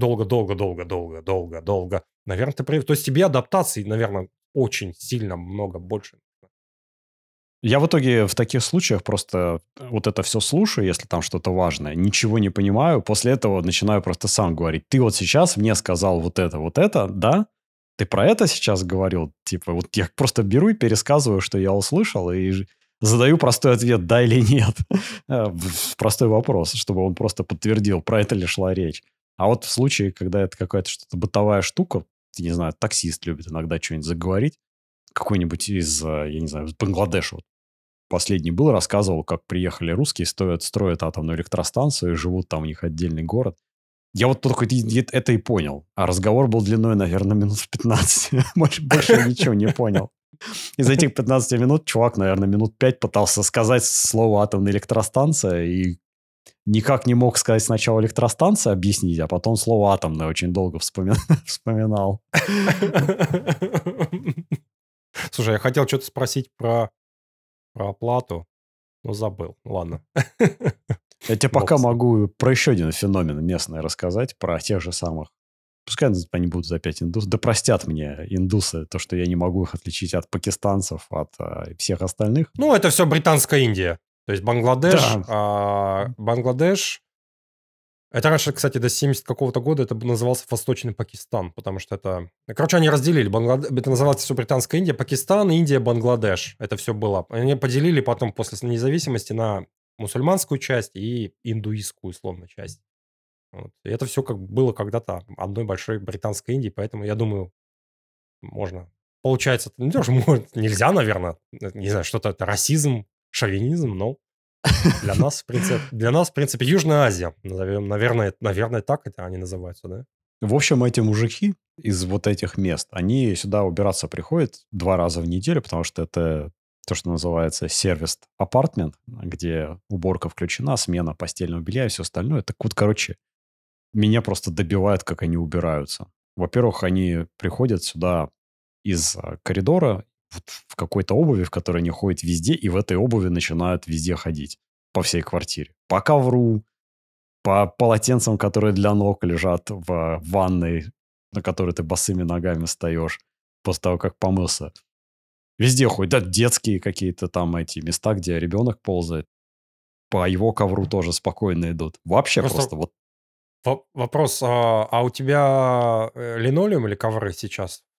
долго, наверное, ты привык. То есть тебе адаптации, наверное, очень сильно много больше. Я в итоге в таких случаях просто вот это все слушаю, если там что-то важное, ничего не понимаю, после этого начинаю просто сам говорить. Ты вот сейчас мне сказал вот это, да? Ты про это сейчас говорил? Типа, вот я просто беру и пересказываю, что я услышал, и задаю простой ответ, да или нет. Простой вопрос, чтобы он просто подтвердил, про это ли шла речь. А вот в случае, когда это какая-то что-то бытовая штука, не знаю, таксист любит иногда что-нибудь заговорить, какой-нибудь из, я не знаю, из Бангладеша вот последний был, рассказывал, как приехали русские, строят атомную электростанцию, и живут там, у них отдельный город. Я вот только это и понял. А разговор был длиной, наверное, минут в 15. Больше я ничего не понял. Из этих 15 минут чувак, наверное, минут 5 пытался сказать слово атомная электростанция и никак не мог сказать сначала электростанция объяснить, а потом слово атомная очень долго вспоминал. Слушай, я хотел что-то спросить про оплату, но забыл. Ладно. Я тебе Бог пока с ним. могу про еще один феномен местный рассказать, про тех же самых. Пускай они будут опять индусы. Да простят мне индусы то, что я не могу их отличить от пакистанцев, от всех остальных. Ну, это все британская Индия. То есть Бангладеш, Да, Бангладеш. Это раньше, кстати, до 70 какого-то года это назывался Восточный Пакистан, потому что это... Короче, они разделили. Это называлось все Британская Индия. Пакистан, Индия, Бангладеш. Это все было. Они поделили потом после независимости на мусульманскую часть и индуистскую, условно, часть. Вот. И это все как было когда-то одной большой Британской Индии, поэтому я думаю, можно. Получается, ну, тоже нельзя, наверное. Не знаю, что-то это расизм, шовинизм, но для нас, в принципе, Южная Азия. Наверное, так это они называются, да? в общем, эти мужики из вот этих мест, они сюда убираться приходят 2 раза в неделю, потому что это то, что называется сервис апартмент, где уборка включена, смена постельного белья и все остальное. Так вот, короче, меня просто добивает, как они убираются. Во-первых, они приходят сюда из коридора вот в какой-то обуви, в которой они ходят везде, и в этой обуви начинают везде ходить по всей квартире. По ковру, по полотенцам, которые для ног лежат в ванной, на которой ты босыми ногами встаешь после того, как помылся. Везде ходят. Да, детские какие-то там эти места, где ребенок ползает. По его ковру тоже спокойно идут. Вообще Просто просто вот вопрос, у тебя линолеум или ковры сейчас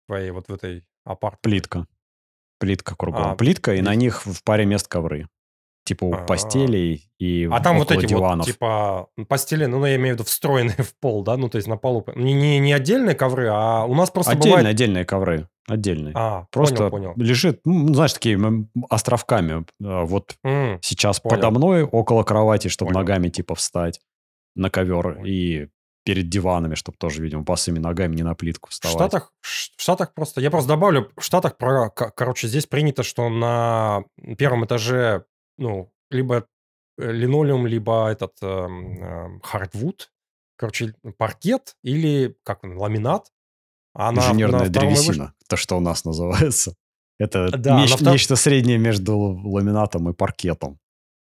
твоей вот в этой апартовой? Плитка. Плитка кругом. А, Плитка, и на весь. них в паре мест ковры. Типа у А, постелей и а там вот около эти вот, диванов. типа, постели, ну, я имею в виду встроенные в пол, да, ну, то есть на полу. Не отдельные ковры, а у нас просто бывает... Отдельные ковры. Отдельные. Понял, Просто понял. лежит, знаешь, такие островками. Вот М, сейчас подо Понял, мной, около кровати, чтобы понял. ногами типа встать на ковер. И перед диванами, чтобы тоже, видимо, босыми ногами не на плитку В вставать. Штатах просто, я просто добавлю, в Штатах, короче, здесь принято, что на первом этаже, ну, либо линолеум, либо этот хардвуд, короче, паркет или, как он, ламинат, а на Инженерная втором и выше... древесина. То, что у нас называется. Это Да, нечто среднее между ламинатом и паркетом.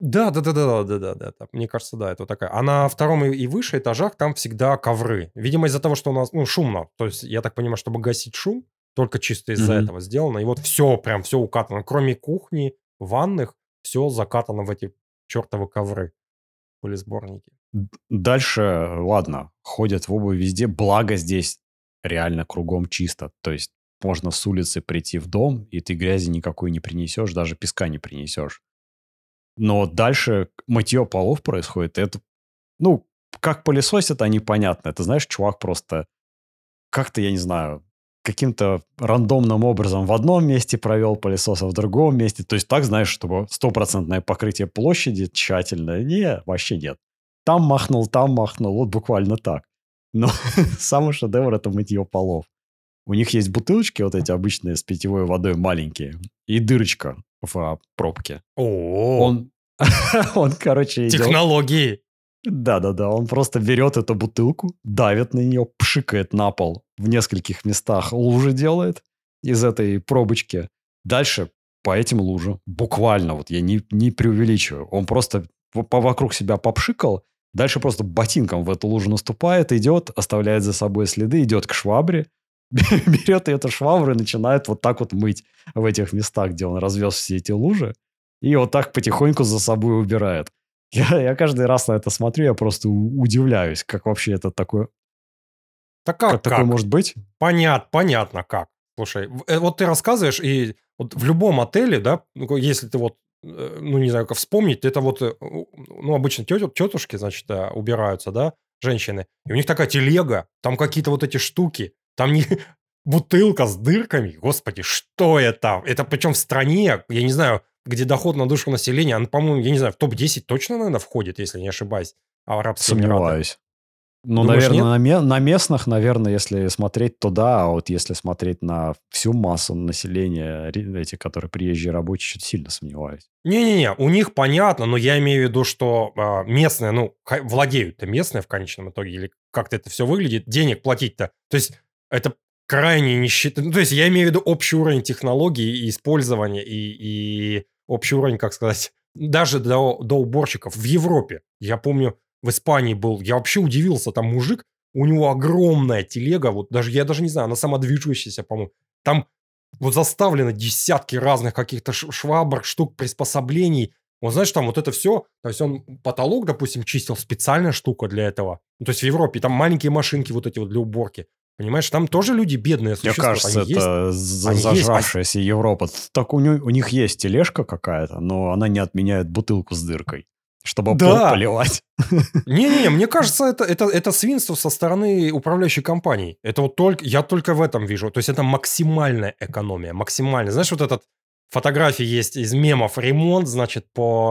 Да. Мне кажется, да, это такая. А на втором и выше этажах там всегда ковры. Видимо, из-за того, что у нас, ну, шумно. То есть, я так понимаю, чтобы гасить шум, только чисто из-за Мгм. этого сделано. И вот все, прям все укатано. Кроме кухни, ванных, все закатано в эти чертовы ковры, пылесборники. Дальше, ладно, ходят в обуви везде, благо здесь реально кругом чисто. То есть можно с улицы прийти в дом, и ты грязи никакой не принесешь, даже песка не принесешь. Но дальше мытье полов происходит. Это, ну, как пылесосят, они понятно. Это, знаешь, чувак просто как-то, я не знаю, каким-то рандомным образом в одном месте провел пылесос, а в другом месте. То есть так, знаешь, чтобы стопроцентное покрытие площади тщательное. Не, вообще нет. Там махнул, вот буквально так. Но самый шедевр – это мытье полов. У них есть бутылочки вот эти обычные с питьевой водой маленькие и дырочка в пробке. О, Он, он, короче, идет. технологии! Да-да-да, он просто берет эту бутылку, давит на нее, пшикает на пол, в нескольких местах лужи делает из этой пробочки. Дальше по этим лужам, буквально, вот я не преувеличиваю, он просто вокруг себя попшикал, дальше просто ботинком в эту лужу наступает, идет, оставляет за собой следы, идет к швабре, берет эту швабру и начинает вот так вот мыть в этих местах, где он развез все эти лужи, и вот так потихоньку за собой убирает. Я каждый раз на это смотрю, я просто удивляюсь, как вообще это такое, Так как такое как? может быть. Понятно как. Слушай, вот ты рассказываешь, и вот в любом отеле, да, ну, если ты вот, ну, не знаю, как вспомнить, это вот, ну, обычно тетушки, значит, убираются, да, женщины, и у них такая телега, там какие-то вот эти штуки, там не бутылка с дырками, господи, что это? Это причем в стране, я не знаю, где доход на душу населения, он, по-моему, я не знаю, в топ-10 точно, наверное, входит, если не ошибаюсь, Арабские Эмираты. Сомневаюсь. Ну, Думаешь, наверное, нет? на местных, наверное, если смотреть, то да, а вот если смотреть на всю массу населения, эти, которые приезжие рабочие, что-то сильно сомневаюсь. Не-не-не, у них понятно, но я имею в виду, что местные, ну, владеют-то местные в конечном итоге, или как-то это все выглядит, денег платить-то. То есть это крайне нищета. Ну, то есть я имею в виду общий уровень технологий и использования, и общий уровень, как сказать, даже до уборщиков в Европе. Я помню, в Испании был, я вообще удивился, там мужик, у него огромная телега, вот даже, я даже не знаю, она самодвижущаяся, по-моему. Там вот заставлено десятки разных каких-то швабр, штук, приспособлений. Он, знаешь, там вот это все, то есть он потолок, допустим, чистил, специальная штука для этого. Ну, то есть в Европе там маленькие машинки вот эти вот для уборки. Понимаешь, там тоже люди бедные Мне существуют, кажется, это они есть. зажравшаяся Европа. Так у них есть тележка какая-то, но она не отменяет бутылку с дыркой, чтобы пол Да, поливать. не-не-не, мне кажется, это свинство со стороны управляющей компании. Это вот только, я только в этом вижу. То есть это максимальная экономия, максимальная. Знаешь, вот этот фотографии есть из мемов ремонт, значит,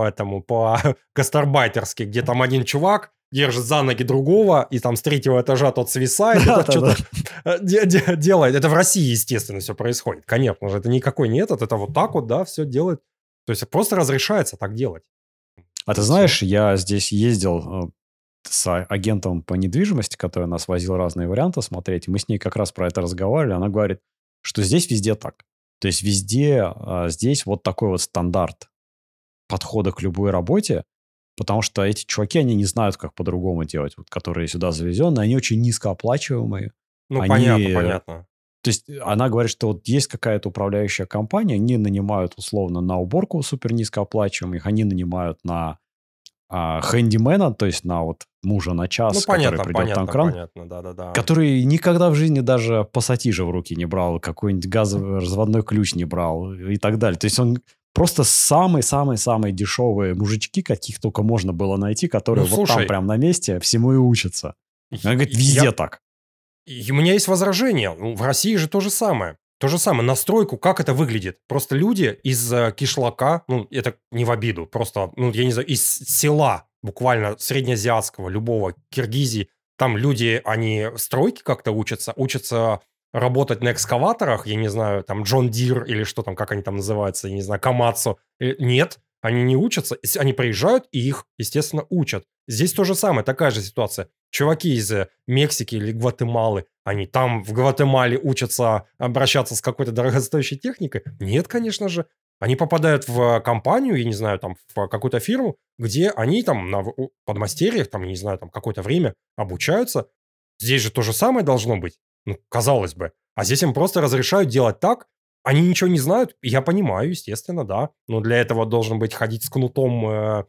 по гастарбайтерски, где там один чувак держит за ноги другого, и там с третьего этажа тот свисает, и тот Да-да-да. что-то делает. Это в России, естественно, все происходит. Конечно же, это никакой не этот, это вот так вот, да, все делает. То есть просто разрешается так делать. А ты И все. знаешь, я здесь ездил с агентом по недвижимости, который нас возил разные варианты смотреть. И мы с ней как раз про это разговаривали. Она говорит, что здесь везде так. То есть везде здесь вот такой вот стандарт подхода к любой работе, потому что эти чуваки, они не знают, как по-другому делать, вот, которые сюда завезены, они очень низкооплачиваемые. Ну, понятно, Они, понятно. то есть она говорит, что вот есть какая-то управляющая компания, они нанимают условно на уборку супер низкооплачиваемых, они нанимают на хэндимена, то есть на вот мужа на Ну, час, который понятно, придет там понятно, кран, понятно, да-да-да. который никогда в жизни даже пассатижи в руки не брал, какой-нибудь газовый разводной ключ не брал и так далее. То есть он просто самые-самые-самые дешевые мужички, каких только можно было найти, Ну, которые вот там слушай, прям на месте всему и учатся. Она говорит, я везде так. И у меня есть возражение. Ну, в России же то же самое. То же самое. Настройку, как это выглядит? Просто люди из кишлака, ну, это не в обиду, просто, ну, я не знаю, из села, буквально среднеазиатского, любого, Киргизии, там люди, они стройки как-то учатся работать на экскаваторах, я не знаю, там Джон Дир или что там, как они там называются, я не знаю, Камацу. Нет, они не учатся, они приезжают и их, естественно, учат. Здесь то же самое, такая же ситуация. Чуваки из Мексики или Гватемалы, они там в Гватемале учатся обращаться с какой-то дорогостоящей техникой? Нет, конечно же. Они попадают в компанию, я не знаю, там, в какую-то фирму, где они там на подмастерьях, там, я не знаю, там, какое-то время обучаются. Здесь же то же самое должно быть. Ну, казалось бы. А здесь им просто разрешают делать так. Они ничего не знают. Я понимаю, естественно, да. Но для этого должен быть ходить с кнутом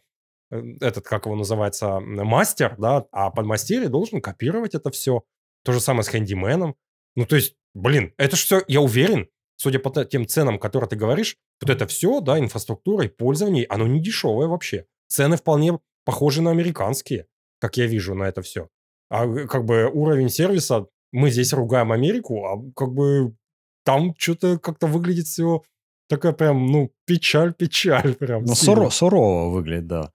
этот, как его называется, мастер, да, а подмастерье должен копировать это все. То же самое с хэндименом. Ну, то есть, блин, это ж все, я уверен, судя по тем ценам, которые ты говоришь, вот это все, да, инфраструктура и пользование, оно не дешевое вообще. Цены вполне похожи на американские, как я вижу на это все. А как бы уровень сервиса, мы здесь ругаем Америку, а как бы там что-то как-то выглядит все такая прям, ну, печаль прям Ну, сильно. сурово выглядит, да.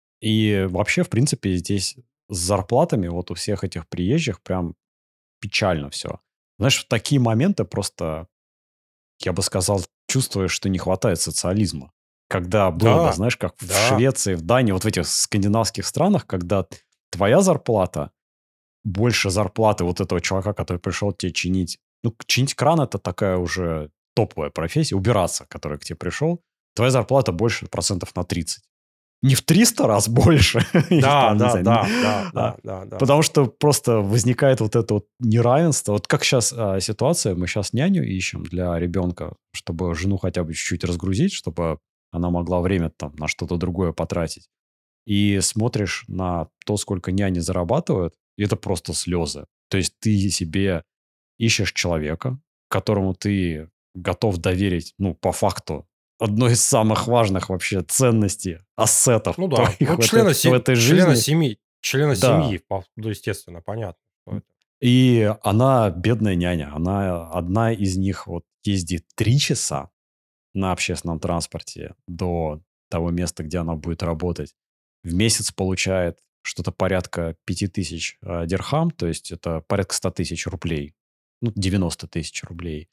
И вообще, в принципе, здесь с зарплатами вот у всех этих приезжих прям печально все. Знаешь, в такие моменты просто, я бы сказал, чувствуешь, что не хватает социализма. Когда было бы, Да, знаешь, как в да, Швеции, в Дании, вот в этих скандинавских странах, когда твоя зарплата больше зарплаты вот этого чувака, который пришел тебе чинить. Ну, чинить кран – это такая уже топовая профессия. Убираться, который к тебе пришел. Твоя зарплата больше процентов на 30. Не в 300 раз больше, или да, там, не да, знаю, да, да, а, да, да, да. потому что просто возникает вот это вот неравенство. Вот как сейчас ситуация, мы сейчас няню ищем для ребенка, чтобы жену хотя бы чуть-чуть разгрузить, чтобы она могла время там на что-то другое потратить. И смотришь на то, сколько няни зарабатывают, и это просто слезы. То есть ты себе ищешь человека, которому ты готов доверить, ну, по факту, одной из самых важных вообще ценностей, ассетов Ну да, твоих ну в этой жизни. члена Да. семьи, ну, естественно, понятно. Что это. И она бедная няня. Она одна из них вот ездит 3 часа на общественном транспорте до того места, где она будет работать. В месяц получает что-то порядка 5000 дирхам, то есть это порядка 100 тысяч рублей. Ну, 90 тысяч рублей.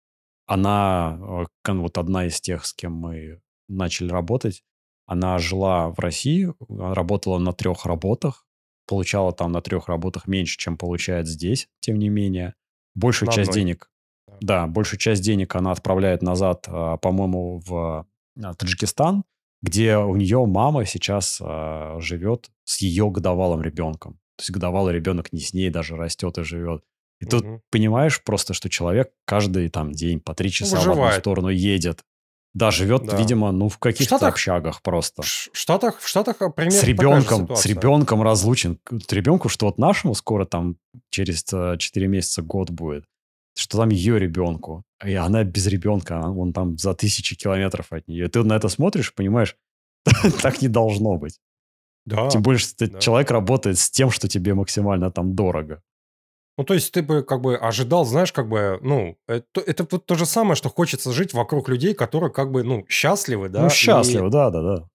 Она, вот одна из тех, с кем мы начали работать, она жила в России, работала на 3 работах, получала там на 3 работах меньше, чем получает здесь, тем не менее. Большую На часть одной. денег, Да. да, большую часть денег она отправляет назад, по-моему, в Таджикистан, где у нее мама сейчас живет с ее годовалым ребенком. То есть годовалый ребенок не с ней даже растет и живет. И тут Мгм. понимаешь просто, что человек каждый там день по 3 Ну, часа в одну выживает, сторону едет. Да, живет, да. видимо, ну, в В каких-то Штатах, общагах просто. в Штатах примерно такая же С ситуация. ребенком разлучен. Ребенку, что вот нашему скоро там через 4 месяца год будет, что там ее ребенку. И она без ребенка, он там за 1000 километров от нее. И ты на это смотришь, понимаешь, так не должно быть. Тем Да, более, что да. человек работает с тем, что тебе максимально там дорого. Ну, то есть ты бы как бы ожидал, знаешь, как бы, ну, это вот то же самое, что хочется жить вокруг людей, которые как бы, ну, счастливы, Ну, да, счастливо, да-да-да.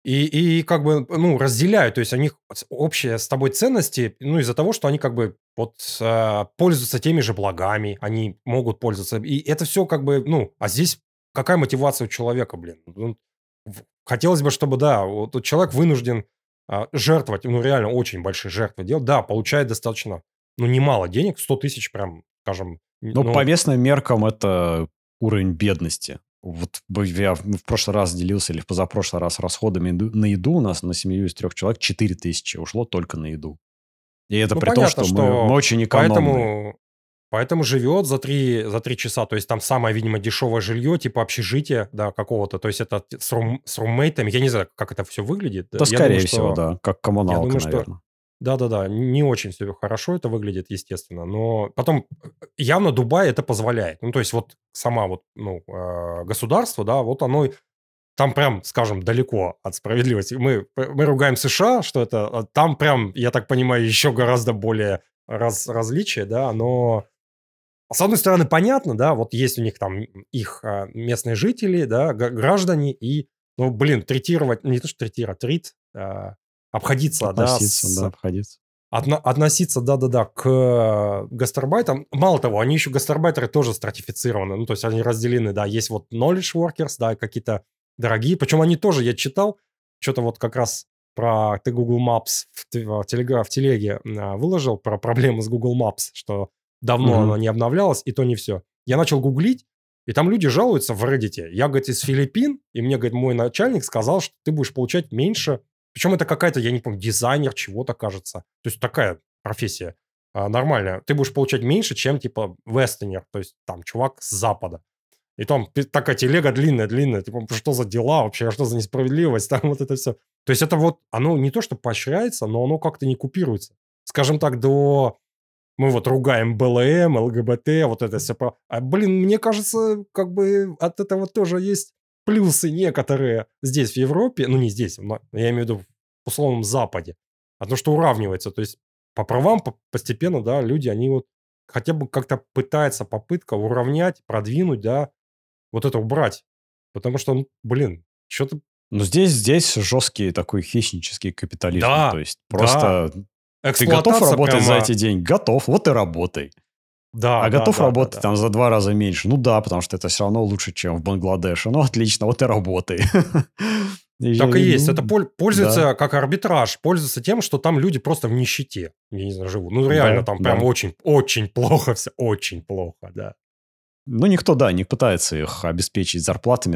и как бы, ну, разделяют, то есть у них общие с тобой ценности, ну, из-за того, что они как бы вот пользуются теми же благами, они могут пользоваться, и это все как бы, ну, а здесь какая мотивация у человека, блин? Ну, хотелось бы, чтобы, да, вот тут человек вынужден жертвовать, ну, реально очень большие жертвы делать, да, получает достаточно, ну, немало денег, 100 тысяч прям, скажем, Но по ну, местным меркам это уровень бедности. Вот я в прошлый раз делился или в позапрошлый раз расходами на еду у нас на семью из 3 человек 4000 ушло только на еду. И это ну, при том, понятно, что мы что очень экономные. поэтому Поэтому живет за 3 часа. То есть там самое, видимо, дешевое жилье, типа общежитие, да, какого-то. То есть это с руммейтами. Я не знаю, как это все выглядит. Да, Я думаю, скорее всего, что... да. Как Я коммуналка, думаю, что наверное. да-да-да, не очень все хорошо это выглядит, естественно, но потом явно Дубай это позволяет. Ну, то есть вот сама вот, ну, государство, да, вот оно там прям, скажем, далеко от справедливости. Мы ругаем США, что это, там прям, я так понимаю, еще гораздо более различия, да, но с одной стороны понятно, да, вот есть у них там их местные жители, да, граждане, и, ну, блин, третировать, не то что третировать, обходиться, да, Относиться, да, обходиться. относиться, да-да-да, к гастарбайтам. Мало того, они еще гастарбайтеры тоже стратифицированы. Ну, то есть они разделены, да, есть вот knowledge workers, да, какие-то дорогие. Причем они тоже, я читал, что-то вот как раз про ты Google Maps в телеге выложил про проблемы с Google Maps, что давно Мгм. оно не обновлялось, и то не все. Я начал гуглить, и там люди жалуются в Reddit. Я, говорит, из Филиппин, и мне, говорит, мой начальник сказал, что ты будешь получать меньше. Причем это какая-то, я не помню, дизайнер чего-то, кажется. То есть такая профессия нормальная. Ты будешь получать меньше, чем, типа, вестонер, то есть там чувак с запада. И там такая телега длинная-длинная, типа, что за дела вообще, что за несправедливость, там вот это все. То есть это вот, оно не то, что поощряется, но оно как-то не купируется. Скажем так, мы вот ругаем БЛМ, ЛГБТ, вот это все. А, блин, мне кажется, как бы от этого тоже есть плюсы некоторые здесь, в Европе. Ну, не здесь, я имею в виду в условном Западе. А то, что уравнивается. То есть по правам постепенно, да, люди, они вот хотя бы как-то пытаются, попытка уравнять, продвинуть, да, вот это убрать. Потому что, ну, блин, что-то... Но здесь жесткий такой хищнический капитализм. То Да, есть да, просто ты готов эксплуатация работать за прямо... эти деньги? Готов, вот и работай. Да, А да, готов да, да, работать да. там за 2 раза меньше? Ну да, потому что это все равно лучше, чем в Бангладеше. Ну отлично, вот и работай. Так и есть. Это Ну, да, пользуется как арбитраж, пользуется тем, что там люди просто в нищете, я не знаю, живут. Ну, реально, да, там прям да. очень, очень плохо все, очень плохо, да. Ну, никто, да, не пытается их обеспечить зарплатами,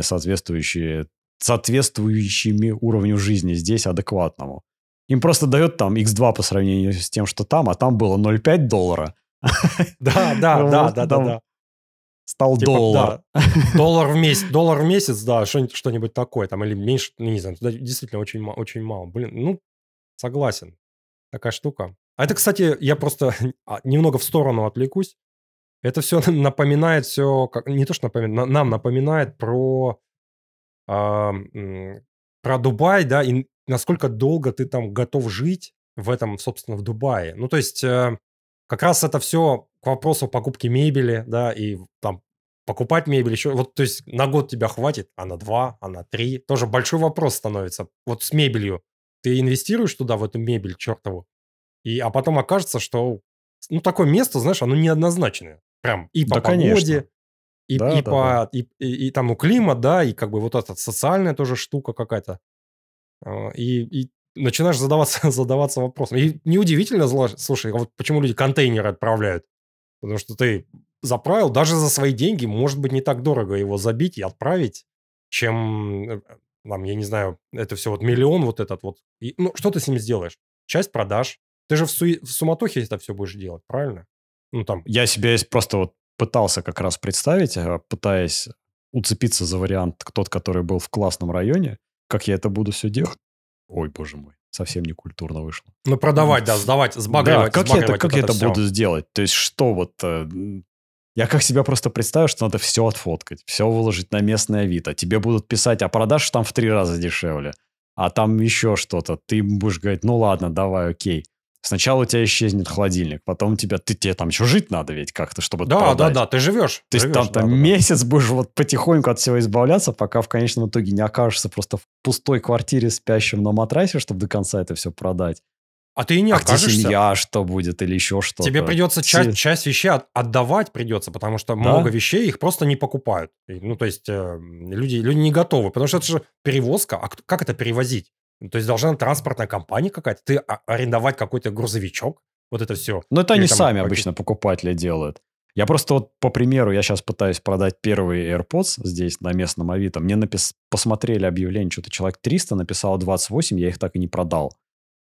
соответствующими уровню жизни здесь адекватному. Им просто дает там x2 по сравнению с тем, что там, а там было $0,5. Да, да, да, Вот да, да, там да. стал Типа, доллар. да, доллар в месяц, да, что-нибудь такое, там, или меньше, ну, не знаю, туда действительно очень, очень мало. Блин, ну, согласен, такая штука. А это, кстати, я просто немного в сторону отвлекусь. Это все напоминает все, не то, что напоминает, нам напоминает а, м, про Дубай, да, и насколько долго ты там готов жить в этом, собственно, в Дубае. Ну, то есть, как раз это все к вопросу покупки мебели, да, и там покупать мебель еще, вот, то есть, на год тебя хватит, а на 2, а на 3, тоже большой вопрос становится. Вот с мебелью. Ты инвестируешь туда, в эту мебель чертову, а потом окажется, что, ну, такое место, знаешь, оно неоднозначное. Прям и по Да, конечно. погоде, и Да, да, да. по и там, ну, климат, да, и как бы вот эта социальная тоже штука какая-то. И начинаешь задаваться вопросом. И неудивительно, слушай, а вот почему люди контейнеры отправляют? Потому что ты заправил, даже за свои деньги, может быть, не так дорого его забить и отправить, чем, там, я не знаю, это все вот миллион вот этот вот. Ну, что ты с ним сделаешь? Часть продашь. Ты же в суматохе это все будешь делать, правильно? Ну, там, Я себе просто вот пытался как раз представить, пытаясь уцепиться за вариант тот, который был в классном районе, как я это буду все делать. Ой, боже мой, совсем не культурно вышло. ну, продавать, да, сдавать, Да, сбагривать как вот я это это все. буду сделать? То есть что вот... Я как себя просто представил, что надо все отфоткать, все выложить на местное Авито. Тебе будут писать, а продашь там в 3 раза дешевле. А там еще что-то. Ты будешь говорить, ну ладно, давай, окей. Сначала у тебя исчезнет холодильник, потом тебе там еще жить надо ведь как-то, чтобы это Да, да, продать. да, ты То есть там да, да, да. месяц будешь вот потихоньку от всего избавляться, пока в конечном итоге не окажешься просто в пустой квартире, спящем на матрасе, чтобы до конца это все продать. А ты и не А где окажешься. семья, что будет, или еще Тебе что-то. придется Все... часть вещей отдавать придется, потому что много Да, вещей их просто не покупают. Ну, то есть люди не готовы, потому что это же перевозка. А как это перевозить? Ну, то есть должна транспортная компания какая-то, ты арендовать какой-то грузовичок, вот это все. но это Или они там сами обычно покупатели делают. Я просто вот, по примеру, я сейчас пытаюсь продать первые AirPods здесь, на местном Авито. Мне посмотрели объявление, что-то человек 300, написало 28, я их так и не продал.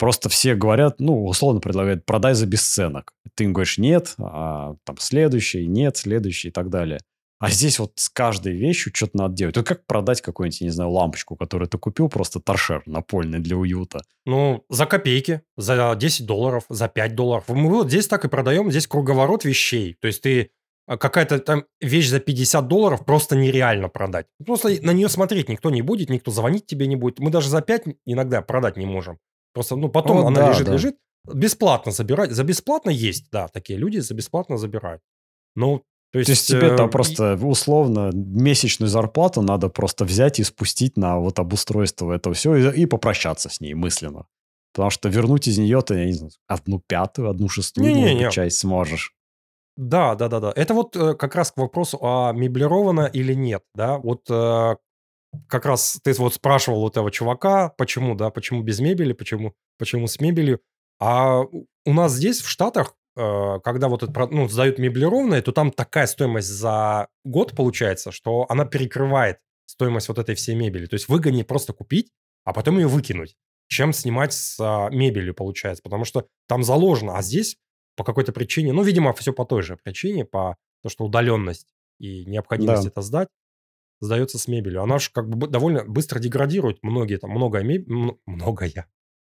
Просто все говорят, ну, условно предлагают, продай за бесценок. Ты им говоришь, нет, там, следующий, нет, следующий и так далее. А здесь вот с каждой вещью что-то надо делать. Это как продать какую-нибудь, не знаю, лампочку, которую ты купил, просто торшер напольный для уюта. Ну, за копейки, за $10, за $5. Мы вот здесь так и продаем, здесь круговорот вещей. То есть ты какая-то там вещь за $50 просто нереально продать. Просто на нее смотреть никто не будет, никто звонить тебе не будет. Мы даже за 5 иногда продать не можем. Просто, ну, потом Вот она да, лежит, да. лежит. Бесплатно забирать. За бесплатно есть, да, такие люди за бесплатно забирают. Ну, то То есть есть... тебе там просто условно месячную зарплату надо просто взять и спустить на вот обустройство этого всего и попрощаться с ней мысленно. Потому что вернуть из нее ты, я не знаю, 1/5, 1/6, может быть, Не-не-не, часть сможешь. да, да-да-да. Это вот как раз к вопросу, а меблировано или нет, да. Вот как раз ты вот спрашивал у этого чувака, почему, да, почему без мебели, почему с мебелью. А у нас здесь, в Штатах, когда вот это, ну, сдают меблированное, то там такая стоимость за год получается, что она перекрывает стоимость вот этой всей мебели. То есть выгоднее просто купить, а потом ее выкинуть, чем снимать с мебелью, получается. Потому что там заложено, а здесь по какой-то причине, ну, видимо, все по той же причине, по то, что удаленность и необходимость Да, это сдать, сдается с мебелью. Она же как бы довольно быстро деградирует. Многие там, многое многое,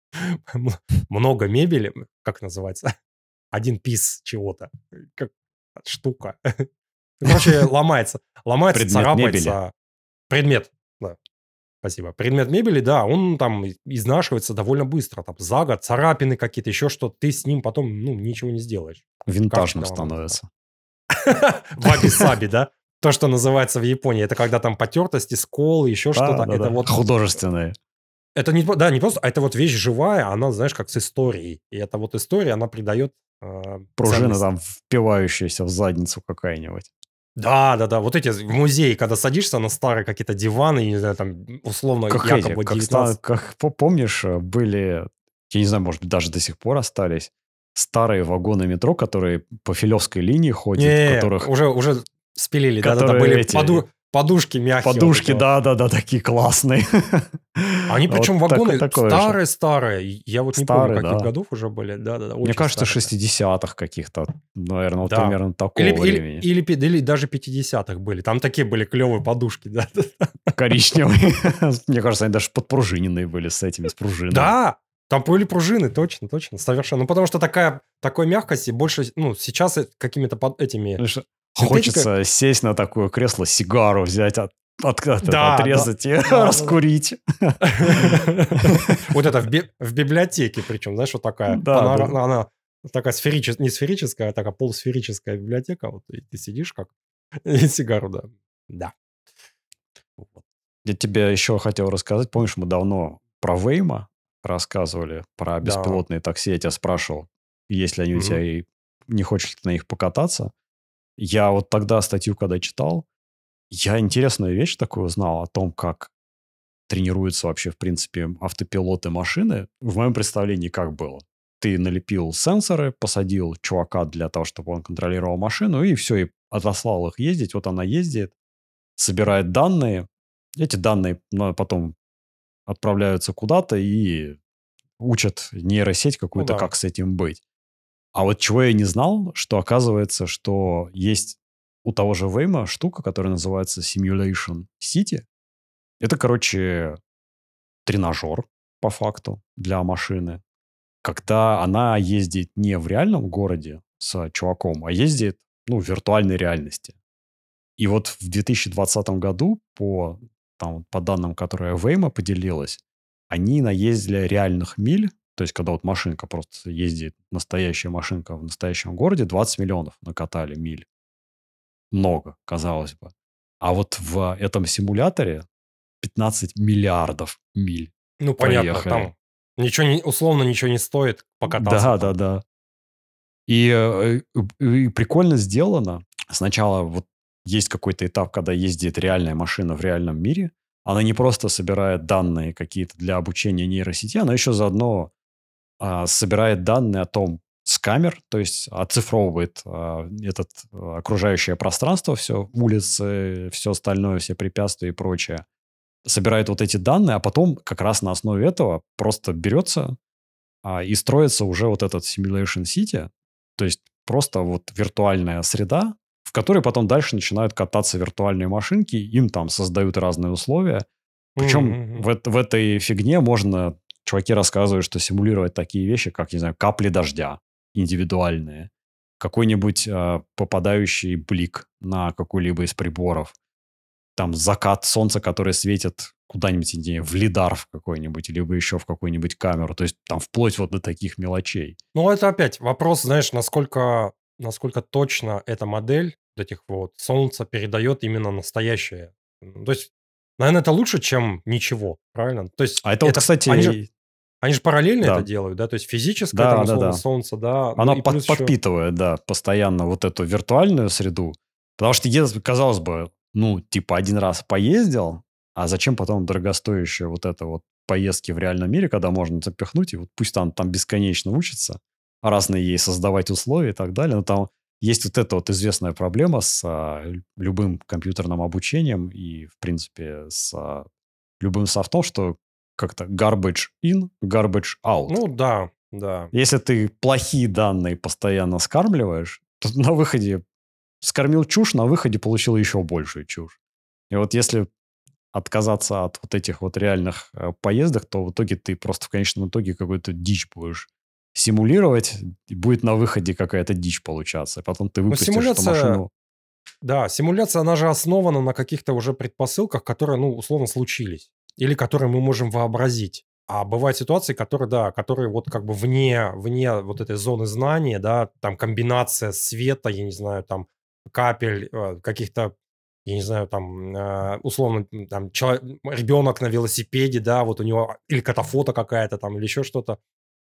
много мебели, как называется, один пис чего-то, как штука. Ну, короче, ломается, предмет мебели. царапается. Предмет, да, спасибо. Предмет мебели, да, он там изнашивается довольно быстро, там за год, царапины какие-то, еще что-то. Ты с ним потом, ну, ничего не сделаешь. Винтажным Карточка вам надо. становится. Ваби-саби, да? То, что называется в Японии. Это когда там потертости, сколы, еще Да, что-то. да, Это да. вот... Художественные. Это не, да, не просто, а это вот вещь живая, она, знаешь, как с историей. И эта вот история, она придает Пружина ценность. там впивающаяся в задницу какая-нибудь. Да, да, да. Вот эти в музее, когда садишься на старые какие-то диваны, не знаю, там, условно, Как эти, якобы 19... помнишь, были, я не знаю, может быть, даже до сих пор остались, старые вагоны метро, которые по Филевской линии ходят, Не, уже спилили, да-да-да. Были которые эти подушки мягкие вот эти подушки, вот. да-да-да, такие классные. Они причем Вот вагоны такое же. старые-старые. Я вот не помню, Старые, каких да. годов уже были. Да-да-да, Мне очень кажется, старые. 60-х каких-то, наверное, вот Да. примерно Или, такого или, времени. или, или даже 50-х были. Там такие были клевые подушки, да. Коричневые. Мне кажется, они даже подпружиненные были с этими, с пружинами. Да, там были пружины, точно, точно, совершенно. Ну, потому что такой мягкости больше, ну, сейчас какими-то этими Знаешь, синтетикой... хочется сесть на такое кресло, сигару взять, Да, да, отрезать и да, да, да. раскурить. Вот это в библиотеке, причем, знаешь, вот такая, Да, да. она такая сферическая, не сферическая, а такая полусферическая библиотека, вот, и ты сидишь как, и сигару, да. Да. Вот. Я тебе еще хотел рассказать. Помнишь, мы давно про Вейма рассказывали, про Да. беспилотные такси. Я тебя спрашивал, есть ли они у тебя Мгм. и не хочешь ли ты на них покататься. Я вот тогда статью, когда читал, я интересную вещь такую узнал о том, как тренируются вообще, в принципе, автопилоты машины. В моем представлении как было? Ты налепил сенсоры, посадил чувака для того, чтобы он контролировал машину, и все, и отослал их ездить. Вот она ездит, собирает данные. Эти данные потом отправляются куда-то и учат нейросеть Ну какую-то, да. как с этим быть. А вот чего я не знал, что оказывается, что есть у того же Вейма штука, которая называется Simulation City. Это, короче, тренажер, по факту, для машины, когда она ездит не в реальном городе с чуваком, а ездит, ну, в виртуальной реальности. И вот в 2020 году, по данным, которые Вейма поделилась, они наездили реальных миль, то есть когда вот машинка просто ездит, настоящая машинка в настоящем городе, 20 миллионов накатали миль. Много, казалось бы. А вот в этом симуляторе 15 миллиардов миль Ну, понятно, проехали. там условно ничего не стоит покататься Да, да, там. да. И прикольно сделано. Сначала вот есть какой-то этап, когда ездит реальная машина в реальном мире. Она не просто собирает данные какие-то для обучения нейросети, она еще заодно собирает данные о том, с камер, то есть оцифровывает окружающее пространство, все, улицы, все остальное, все препятствия и прочее. Собирает вот эти данные, а потом как раз на основе этого просто берется и строится уже вот этот Simulation City, то есть просто вот виртуальная среда, в которой потом дальше начинают кататься виртуальные машинки, им там создают разные условия. Причем Мгм. в этой фигне можно, чуваки рассказывают, что симулировать такие вещи, как, не знаю, капли дождя индивидуальные, какой-нибудь попадающий блик на какой-либо из приборов, там закат солнца, который светит куда-нибудь, не знаю, в лидар в какой-нибудь, либо еще в какую-нибудь камеру. То есть там вплоть вот до таких мелочей. Ну, это опять вопрос, знаешь, насколько точно эта модель вот этих вот солнца передает именно настоящее. То есть, наверное, это лучше, чем ничего, правильно? То есть А это вот, это кстати, они же параллельно это да, делают, да? То есть физическое там да, да, условно да. солнце, да, ну Она и плюс еще... подпитывает, да, постоянно вот эту виртуальную среду. Потому что, казалось бы, ну, типа, один раз поездил, а зачем потом дорогостоящие вот это вот поездки в реальном мире, когда можно запихнуть, и вот пусть там бесконечно учится, разные ей создавать условия и так далее. Но там есть вот эта вот известная проблема с любым компьютерным обучением и, в принципе, с любым софтом, что как-то garbage in, garbage out. Ну да, да. Если ты плохие данные постоянно скармливаешь, то на выходе скормил чушь, на выходе получил еще большую чушь. И вот если отказаться от вот этих вот реальных поездок, то в итоге ты просто в конечном итоге какую-то дичь будешь симулировать, и будет на выходе какая-то дичь получаться. И потом ты Но выпустишь эту симуляция, машину. да, симуляция, она же основана на каких-то уже предпосылках, которые, ну, условно, случились. Или которые мы можем вообразить. А бывают ситуации, которые, да, которые вот как бы вне вот этой зоны знания, да, там комбинация света, я не знаю, там капель, каких-то, я не знаю, там, условно, там, ребенок на велосипеде, да, вот у него, или катафото какая-то там, или еще что-то.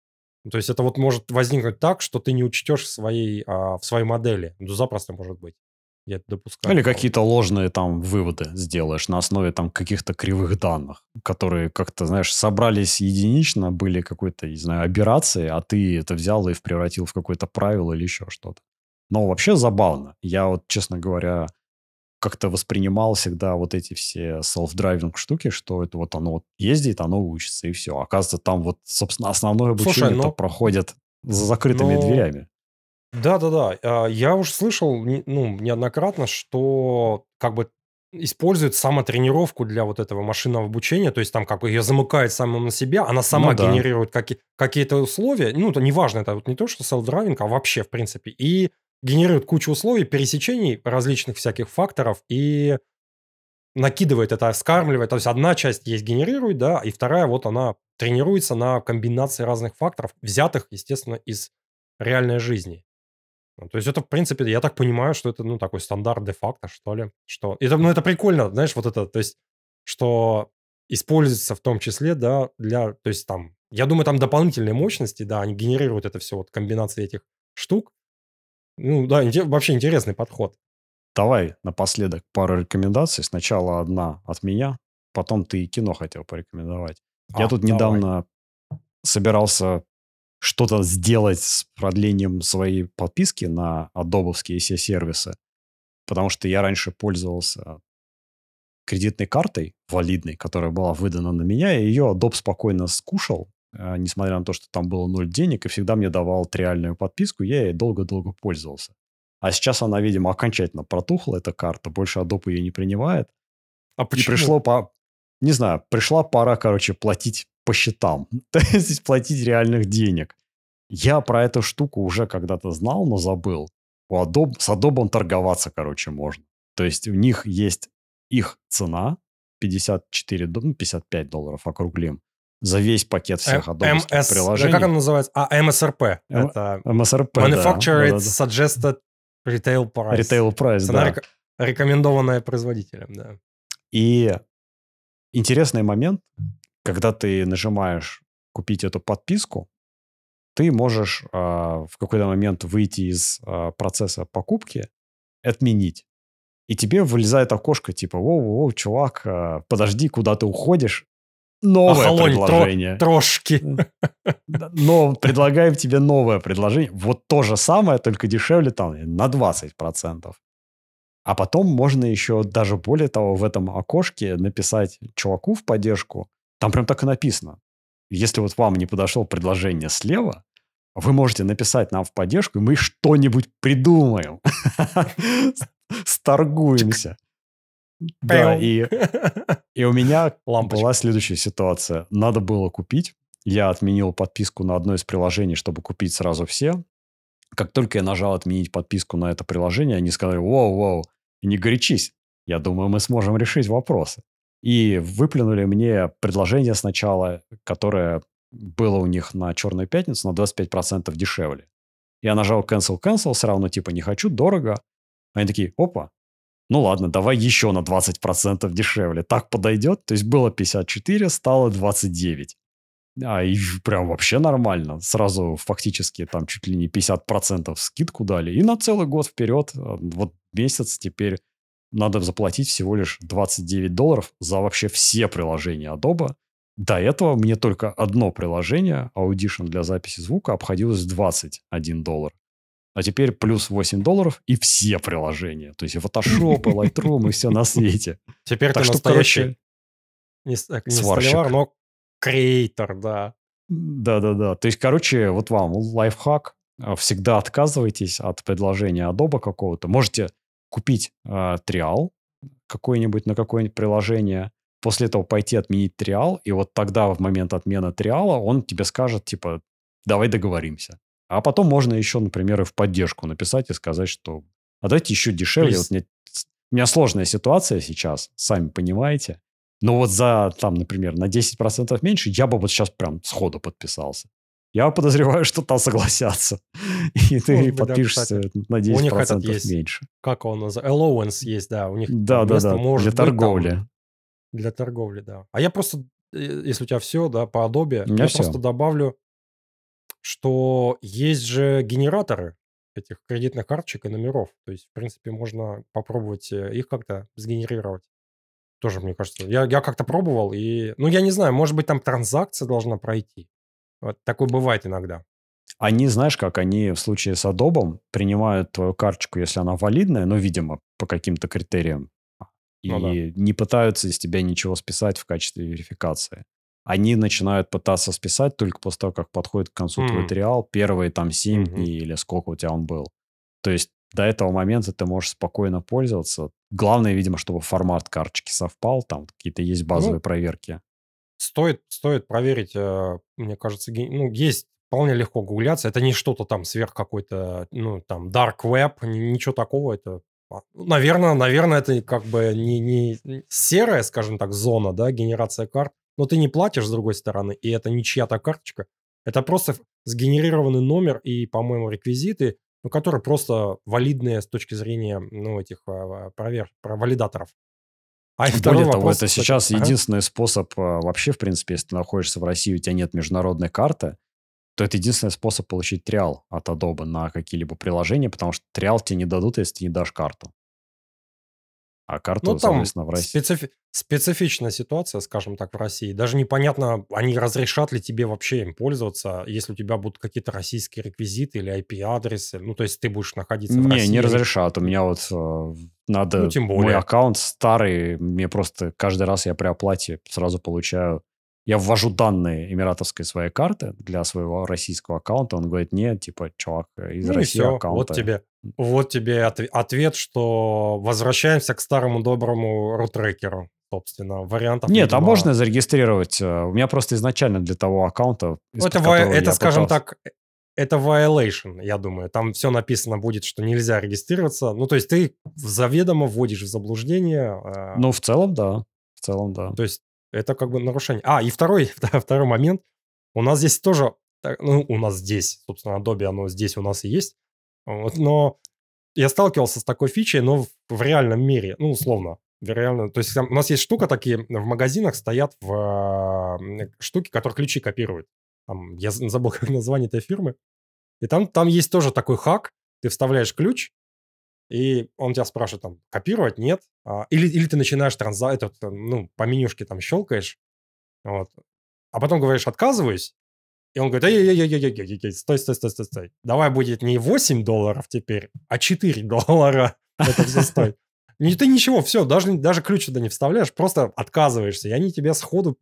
То есть это вот может возникнуть так, что ты не учтешь в своей модели. Ну, запросто может быть. Я это допускаю Или вполне. какие-то ложные там выводы сделаешь на основе там каких-то кривых данных, которые как-то, знаешь, собрались единично, были какой-то, не знаю, аберрации, а ты это взял и превратил в какое-то правило или еще что-то. Но вообще забавно. Я вот, честно говоря, как-то воспринимал всегда вот эти все self-driving штуки, что это вот оно вот ездит, оно учится, и все. Оказывается, там вот, собственно, основное Слушай, обучение-то проходит за закрытыми но дверями. да-да-да, я уже слышал, неоднократно, что как бы используют самотренировку для вот этого машинного обучения, то есть там как бы ее замыкает самому на себя, она Ну сама да. генерирует какие-то условия, ну, это неважно, это вот не то, что self-driving, а вообще, в принципе, и генерирует кучу условий, пересечений различных всяких факторов, и накидывает это, вскармливает. То есть одна часть есть генерирует, да, и вторая вот она тренируется на комбинации разных факторов, взятых, естественно, из реальной жизни. Ну, то есть это, в принципе, я так понимаю, что это, ну, такой стандарт де-факто, что ли. Что... Это, ну, это прикольно, знаешь, вот это, то есть, что используется в том числе, да, для, то есть там, я думаю, там дополнительные мощности, да, они генерируют это все, вот комбинации этих штук. Ну, да, вообще интересный подход. Давай напоследок пару рекомендаций. Сначала одна от меня, потом ты и кино хотел порекомендовать. Я тут Давай. недавно собирался что-то сделать с продлением своей подписки на адобовские все сервисы, потому что я раньше пользовался кредитной картой валидной, которая была выдана на меня, и ее Adobe спокойно скушал, несмотря на то, что там было ноль денег, и всегда мне давал триальную подписку, я ей долго-долго пользовался. А сейчас она, видимо, окончательно протухла, эта карта, больше Adobe ее не принимает, А и почему? не знаю, пришла пора, короче, платить по счетам, то есть платить реальных денег. Я про эту штуку уже когда-то знал, но забыл. С Adobe торговаться, короче, можно. То есть у них есть их цена 54, ну, $55 округлим за весь пакет всех адобовских МС, как приложений. она называется? МСРП. Это МСРП, да. Manufactured Да-да-да. Suggested Retail Price. Retail прайс, Цена, да. рекомендованная производителем, да. И интересный момент, когда ты нажимаешь купить эту подписку, ты можешь в какой-то момент выйти из процесса покупки, отменить. И тебе вылезает окошко типа, воу-воу, чувак, подожди, куда ты уходишь? Новое Охолонь предложение. трошки. Но предлагаем тебе новое предложение. Вот то же самое, только дешевле там на 20%. А потом можно еще даже более того в этом окошке написать чуваку в поддержку. Там прям так и написано. если вот вам не подошло предложение слева, вы можете написать нам в поддержку, и мы что-нибудь придумаем. Чик, Сторгуемся. Да, пяу. и у меня была Лампочка. следующая ситуация. Надо было купить. Я отменил подписку на одно из приложений, чтобы купить сразу все. Как только я нажал отменить подписку на это приложение, они сказали: «Воу, не горячись. Я думаю, мы сможем решить вопросы». И выплюнули мне предложение сначала, которое было у них на Черную пятницу на 25% дешевле. Я нажал cancel, все равно типа не хочу, дорого. Они такие: опа, ну ладно, давай еще на 20% дешевле. Так подойдет? То есть было 54, стало 29. И прям вообще нормально. Сразу фактически там чуть ли не 50% скидку дали. И на целый год вперед, вот месяц теперь надо заплатить всего лишь $29 за вообще все приложения Adobe. До этого мне только одно приложение, Audition для записи звука, обходилось $21. А теперь плюс $8 и все приложения. То есть и Photoshop, и Lightroom, и все на свете. Теперь Так ты что, настоящий, короче, не столяр, сварщик. но креатор, да. Да-да-да. То есть, короче, вот вам лайфхак. Всегда отказывайтесь от предложения Adobe какого-то. Можете купить триал какой-нибудь на какое-нибудь приложение, после этого пойти отменить триал, и вот тогда в момент отмены триала он тебе скажет, типа, давай договоримся. А потом можно еще, например, и в поддержку написать и сказать, что а давайте еще дешевле. Вот Плиз. у меня сложная ситуация сейчас, сами понимаете. Но вот за, там, например, на 10% меньше я бы вот сейчас прям сходу подписался. Я подозреваю, что там согласятся. И ты Может быть, да, подпишешься кстати. на У них этот 10% есть, меньше. как он называется, allowance есть, да, у них место Да-да-да, для может быть там торговли. для торговли, да. А я просто, если у тебя все, да, по Adobe, У меня я просто все. добавлю, что есть же генераторы этих кредитных карточек и номеров. То есть, в принципе, можно попробовать их как-то сгенерировать. Тоже, мне кажется. Я как-то пробовал, и... Ну, я не знаю, может быть, там транзакция должна пройти. Вот такое бывает иногда. Они, знаешь как, они в случае с Adobe принимают твою карточку, если она валидная, ну, видимо, по каким-то критериям, Ну да. и не пытаются из тебя ничего списать в качестве верификации. Они начинают пытаться списать только после того, как подходит к концу твой М, триал, первые там 7 мгм. дней или сколько у тебя он был. То есть до этого момента ты можешь спокойно пользоваться. Главное, видимо, чтобы формат карточки совпал, там какие-то есть базовые Ну, проверки. стоит проверить, мне кажется, ну, есть вполне легко гугляться. Это не что-то там сверх какой-то, ну, там, dark web, ничего такого. Это, наверное, это как бы не серая, скажем так, зона, да, генерация карт. Но ты не платишь, с другой стороны, и это не чья-то карточка. Это просто сгенерированный номер и, по-моему, реквизиты, ну, которые просто валидные с точки зрения, ну, этих валидаторов. А и второй Более того, вопрос, это кстати. сейчас Ага. единственный способ вообще, в принципе, если ты находишься в России, у тебя нет международной карты, то это единственный способ получить триал от Adobe на какие-либо приложения, потому что триал тебе не дадут, если ты не дашь карту. А Ну, карту, там соответственно, в России. специфичная ситуация, скажем так, в России. Даже непонятно, они разрешат ли тебе вообще им пользоваться, если у тебя будут какие-то российские реквизиты или IP-адресы. Ну, то есть ты будешь находиться в Не России, они... разрешат. У меня вот Ну, надо... тем Мой более. аккаунт старый, мне просто каждый раз я при оплате сразу получаю... Я ввожу данные эмиратовской своей карты для своего российского аккаунта. Он говорит: нет, типа, чувак, из Ну и России все. аккаунта. Вот тебе ответ, что возвращаемся к старому доброму рутрекеру. Собственно, вариантов, Нет, а видимо... можно зарегистрировать. У меня просто изначально для того аккаунта, Ну, из-под которого это, я скажем пытался... так, это violation, я думаю. Там все написано будет, что нельзя регистрироваться. Ну, то есть ты заведомо вводишь в заблуждение. Ну, в целом, да. В целом, да. То есть это как бы нарушение. И второй, второй момент. У нас здесь тоже, ну, у нас здесь, собственно, Adobe, оно здесь у нас и есть. Вот, но я сталкивался с такой фичей, но в реальном мире, ну, условно, в реально, то есть у нас есть штука такие, в магазинах стоят штуки, которые ключи копируют. Там, я забыл, как название этой фирмы. И там есть тоже такой хак. Ты вставляешь ключ, и он тебя спрашивает там, копировать, нет? Или ты начинаешь ну, по менюшке там щелкаешь, вот. А потом говоришь, отказываюсь, и он говорит, эй, стой, стой, стой, стой, стой. Давай будет не $8 теперь, а $4 это все стоит. Ты ничего, все, даже ключ туда не вставляешь, просто отказываешься, и они тебе сходу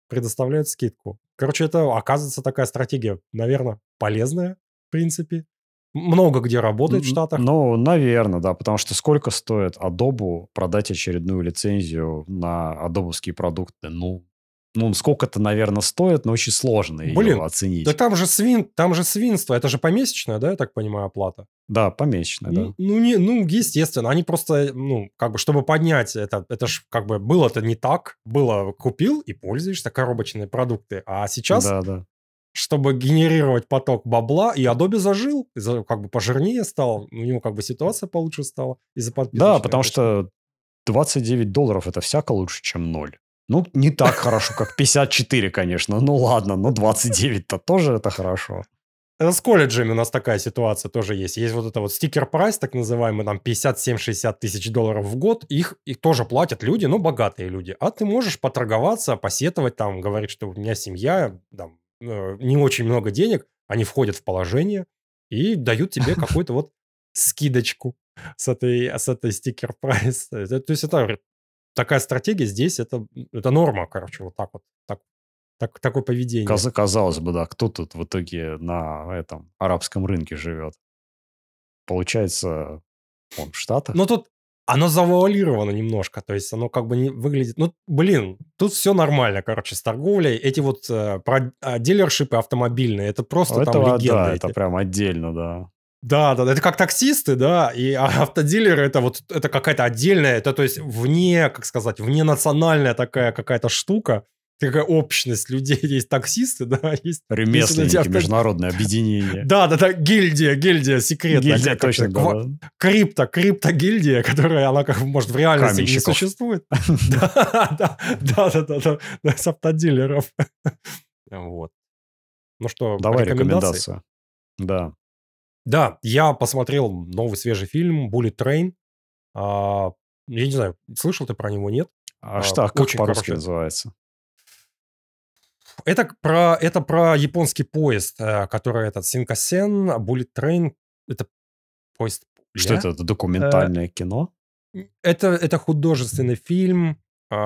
предоставляют скидку. Короче, это, оказывается, такая стратегия, наверное, полезная, в принципе. Много где работает в Штатах. Ну, наверное, да, потому что сколько стоит Adobe продать очередную лицензию на адобовские продукты? Ну, сколько-то, наверное, стоит, но очень сложно ее Блин, да оценить. там же свинство. Это же помесячная, да, я так понимаю, оплата? Да, помесячно, да. Естественно, они просто, ну, как бы, чтобы поднять это ж как бы было-то не так. Было, купил и пользуешься, коробочные продукты. А сейчас, Да, да. чтобы генерировать поток бабла, и Adobe зажил, как бы пожирнее стал, у него как бы ситуация получше стала из-за Да, подписочной потому этой штуки. что $29 это всяко лучше, чем ноль. Ну, не так хорошо, как 54, конечно. Ну, ладно, но 29-то тоже это хорошо. Это с колледжами у нас такая ситуация тоже есть. Есть вот это вот стикер-прайс, так называемый, там 57-60 тысяч долларов в год. Их тоже платят люди, но богатые люди. А ты можешь поторговаться, посетовать там, говорить, что у меня семья, там, не очень много денег. Они входят в положение и дают тебе какую-то вот скидочку с этой стикер-прайс. То есть это такая стратегия здесь, это норма, короче, вот так вот. Такое поведение. Казалось бы, да, кто тут в итоге на этом арабском рынке живет? Получается, он в Штатах? Но тут оно завуалировано немножко, то есть оно как бы не выглядит... Ну, блин, тут все нормально, короче, с торговлей. Эти вот дилершипы автомобильные, это У просто там этого, легенды да, это эти. прям отдельно, да. Да, да, да, это как таксисты, да, и автодилеры это вот, это какая-то отдельная, это то есть вне, как сказать, вне национальная такая какая-то штука, такая общность людей. Есть таксисты, да, есть вот эти Ремесленники, международное объединение. Да, да, да, гильдия секретная, Гильдия точно, да. криптогильдия, которая, она как бы, может, в реальности не Каменщиков. существует. Да, да, да, да, да, да, с автодилеров. Вот. Ну что, Давай рекомендации? рекомендацию. Да. Да, я посмотрел новый свежий фильм Bullet Train. А, Я не знаю, слышал ты про него, нет? А что, а как Очень, по-русски короче, называется? это про японский поезд, который этот Синкасен, Bullet Train. Это поезд Что пуля. это документальное кино? Это художественный фильм,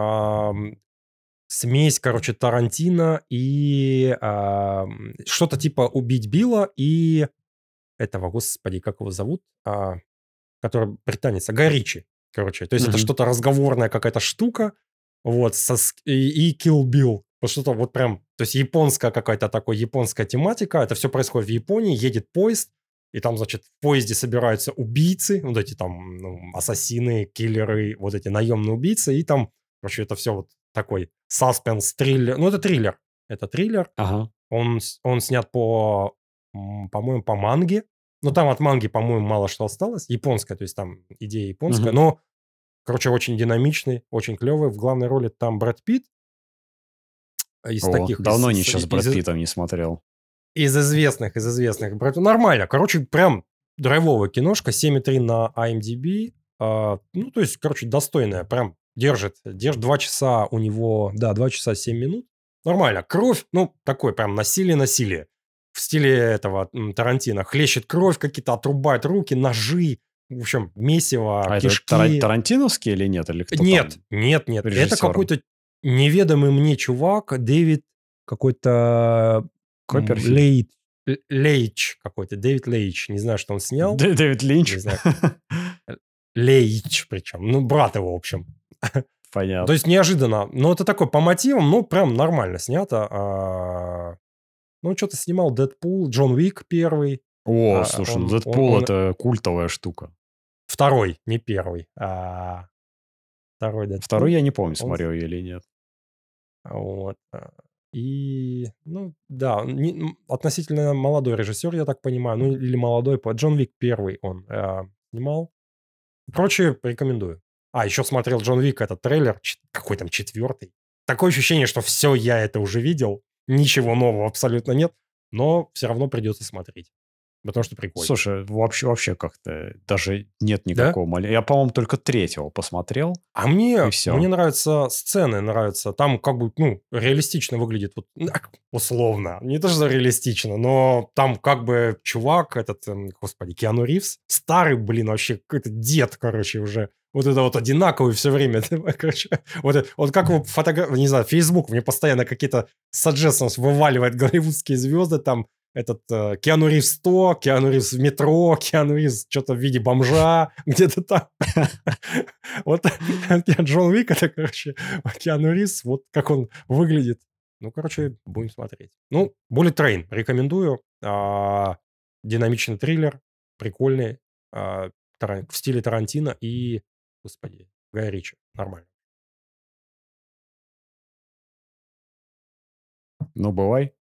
смесь, короче, Тарантино и что-то типа «Убить Билла» и этого, господи, как его зовут, который британец, Гай Ричи, короче. То есть это Мгм. что-то разговорная какая-то штука, вот, и Kill Bill. Вот что-то вот прям, то есть японская какая-то такая, японская тематика, это все происходит в Японии, едет поезд, и там, значит, в поезде собираются убийцы, вот эти там, ну, ассасины, киллеры, вот эти наемные убийцы, и там, короче, это все вот такой саспенс, триллер. Ну, это триллер. Ага. Он снят по-моему, по манге. Ну, там от манги, по-моему, мало что осталось. Японская, то есть там идея японская. Мгм. Но, короче, очень динамичный, очень клевый. В главной роли там Брэд Питт. Из О, таких, давно ничего с Брэд Питтом не смотрел. из известных. Нормально. Короче, прям драйвовая киношка. 7,3 на IMDb. Ну, то есть, короче, достойная. Прям держит 2 часа у него, да, 2 часа 7 минут. Нормально. Кровь, ну, такой прям насилие. В стиле этого Тарантино. Хлещет кровь, какие-то отрубает руки, ножи. В общем, месиво, А это кишки. Тарантиновский или нет? Или кто Нет, там нет, нет. Это режиссер? какой-то неведомый мне чувак, Дэвид какой-то Копперфильд? Лейч какой-то, Дэвид Лейч. Не знаю, что он снял. Дэвид Не Линч? знаю. Э, Лейч причем. Ну, брат его, в общем. То Понятно. есть неожиданно. Но это такой по мотивам, ну, прям нормально снято. Ну, что-то снимал Дэдпул, Джон Уик первый. О, слушай, ну Дэдпул Он это культовая штука. второй, не первый. Второй Второй Дэдпул. я не помню, Он смотрел я или нет. Вот. И, ну, да, относительно молодой режиссер, я так понимаю, ну, или молодой, Джон Вик первый он снимал. Прочее рекомендую. Еще смотрел Джон Вик, этот трейлер, какой там четвертый. Такое ощущение, что все, я это уже видел, ничего нового абсолютно нет, но все равно придется смотреть, потому что прикольно. Слушай, вообще как-то даже нет Да? никакого Я, по-моему, только третьего посмотрел, А и мне все. нравятся сцены, нравятся. Там как бы, ну, реалистично выглядит, вот, условно. Не то, что реалистично, но там как бы чувак, этот, господи, Киану Ривз, старый, блин, вообще какой-то дед, короче, уже. Вот это вот одинаковый все время. Короче, вот как его не знаю, Facebook мне постоянно какие-то suggestions вываливает голливудские звезды, там этот Киану Ривз 100, Киану Ривз в метро, Киану Ривз что-то в виде бомжа где-то там. Вот Джон Уик, это, короче, Киану Ривз, вот как он выглядит. Ну, короче, будем смотреть. Ну, Bullet Train рекомендую. Динамичный триллер, прикольный, в стиле Тарантино и, господи, Гая Ричи. Нормально. Ну, бывай.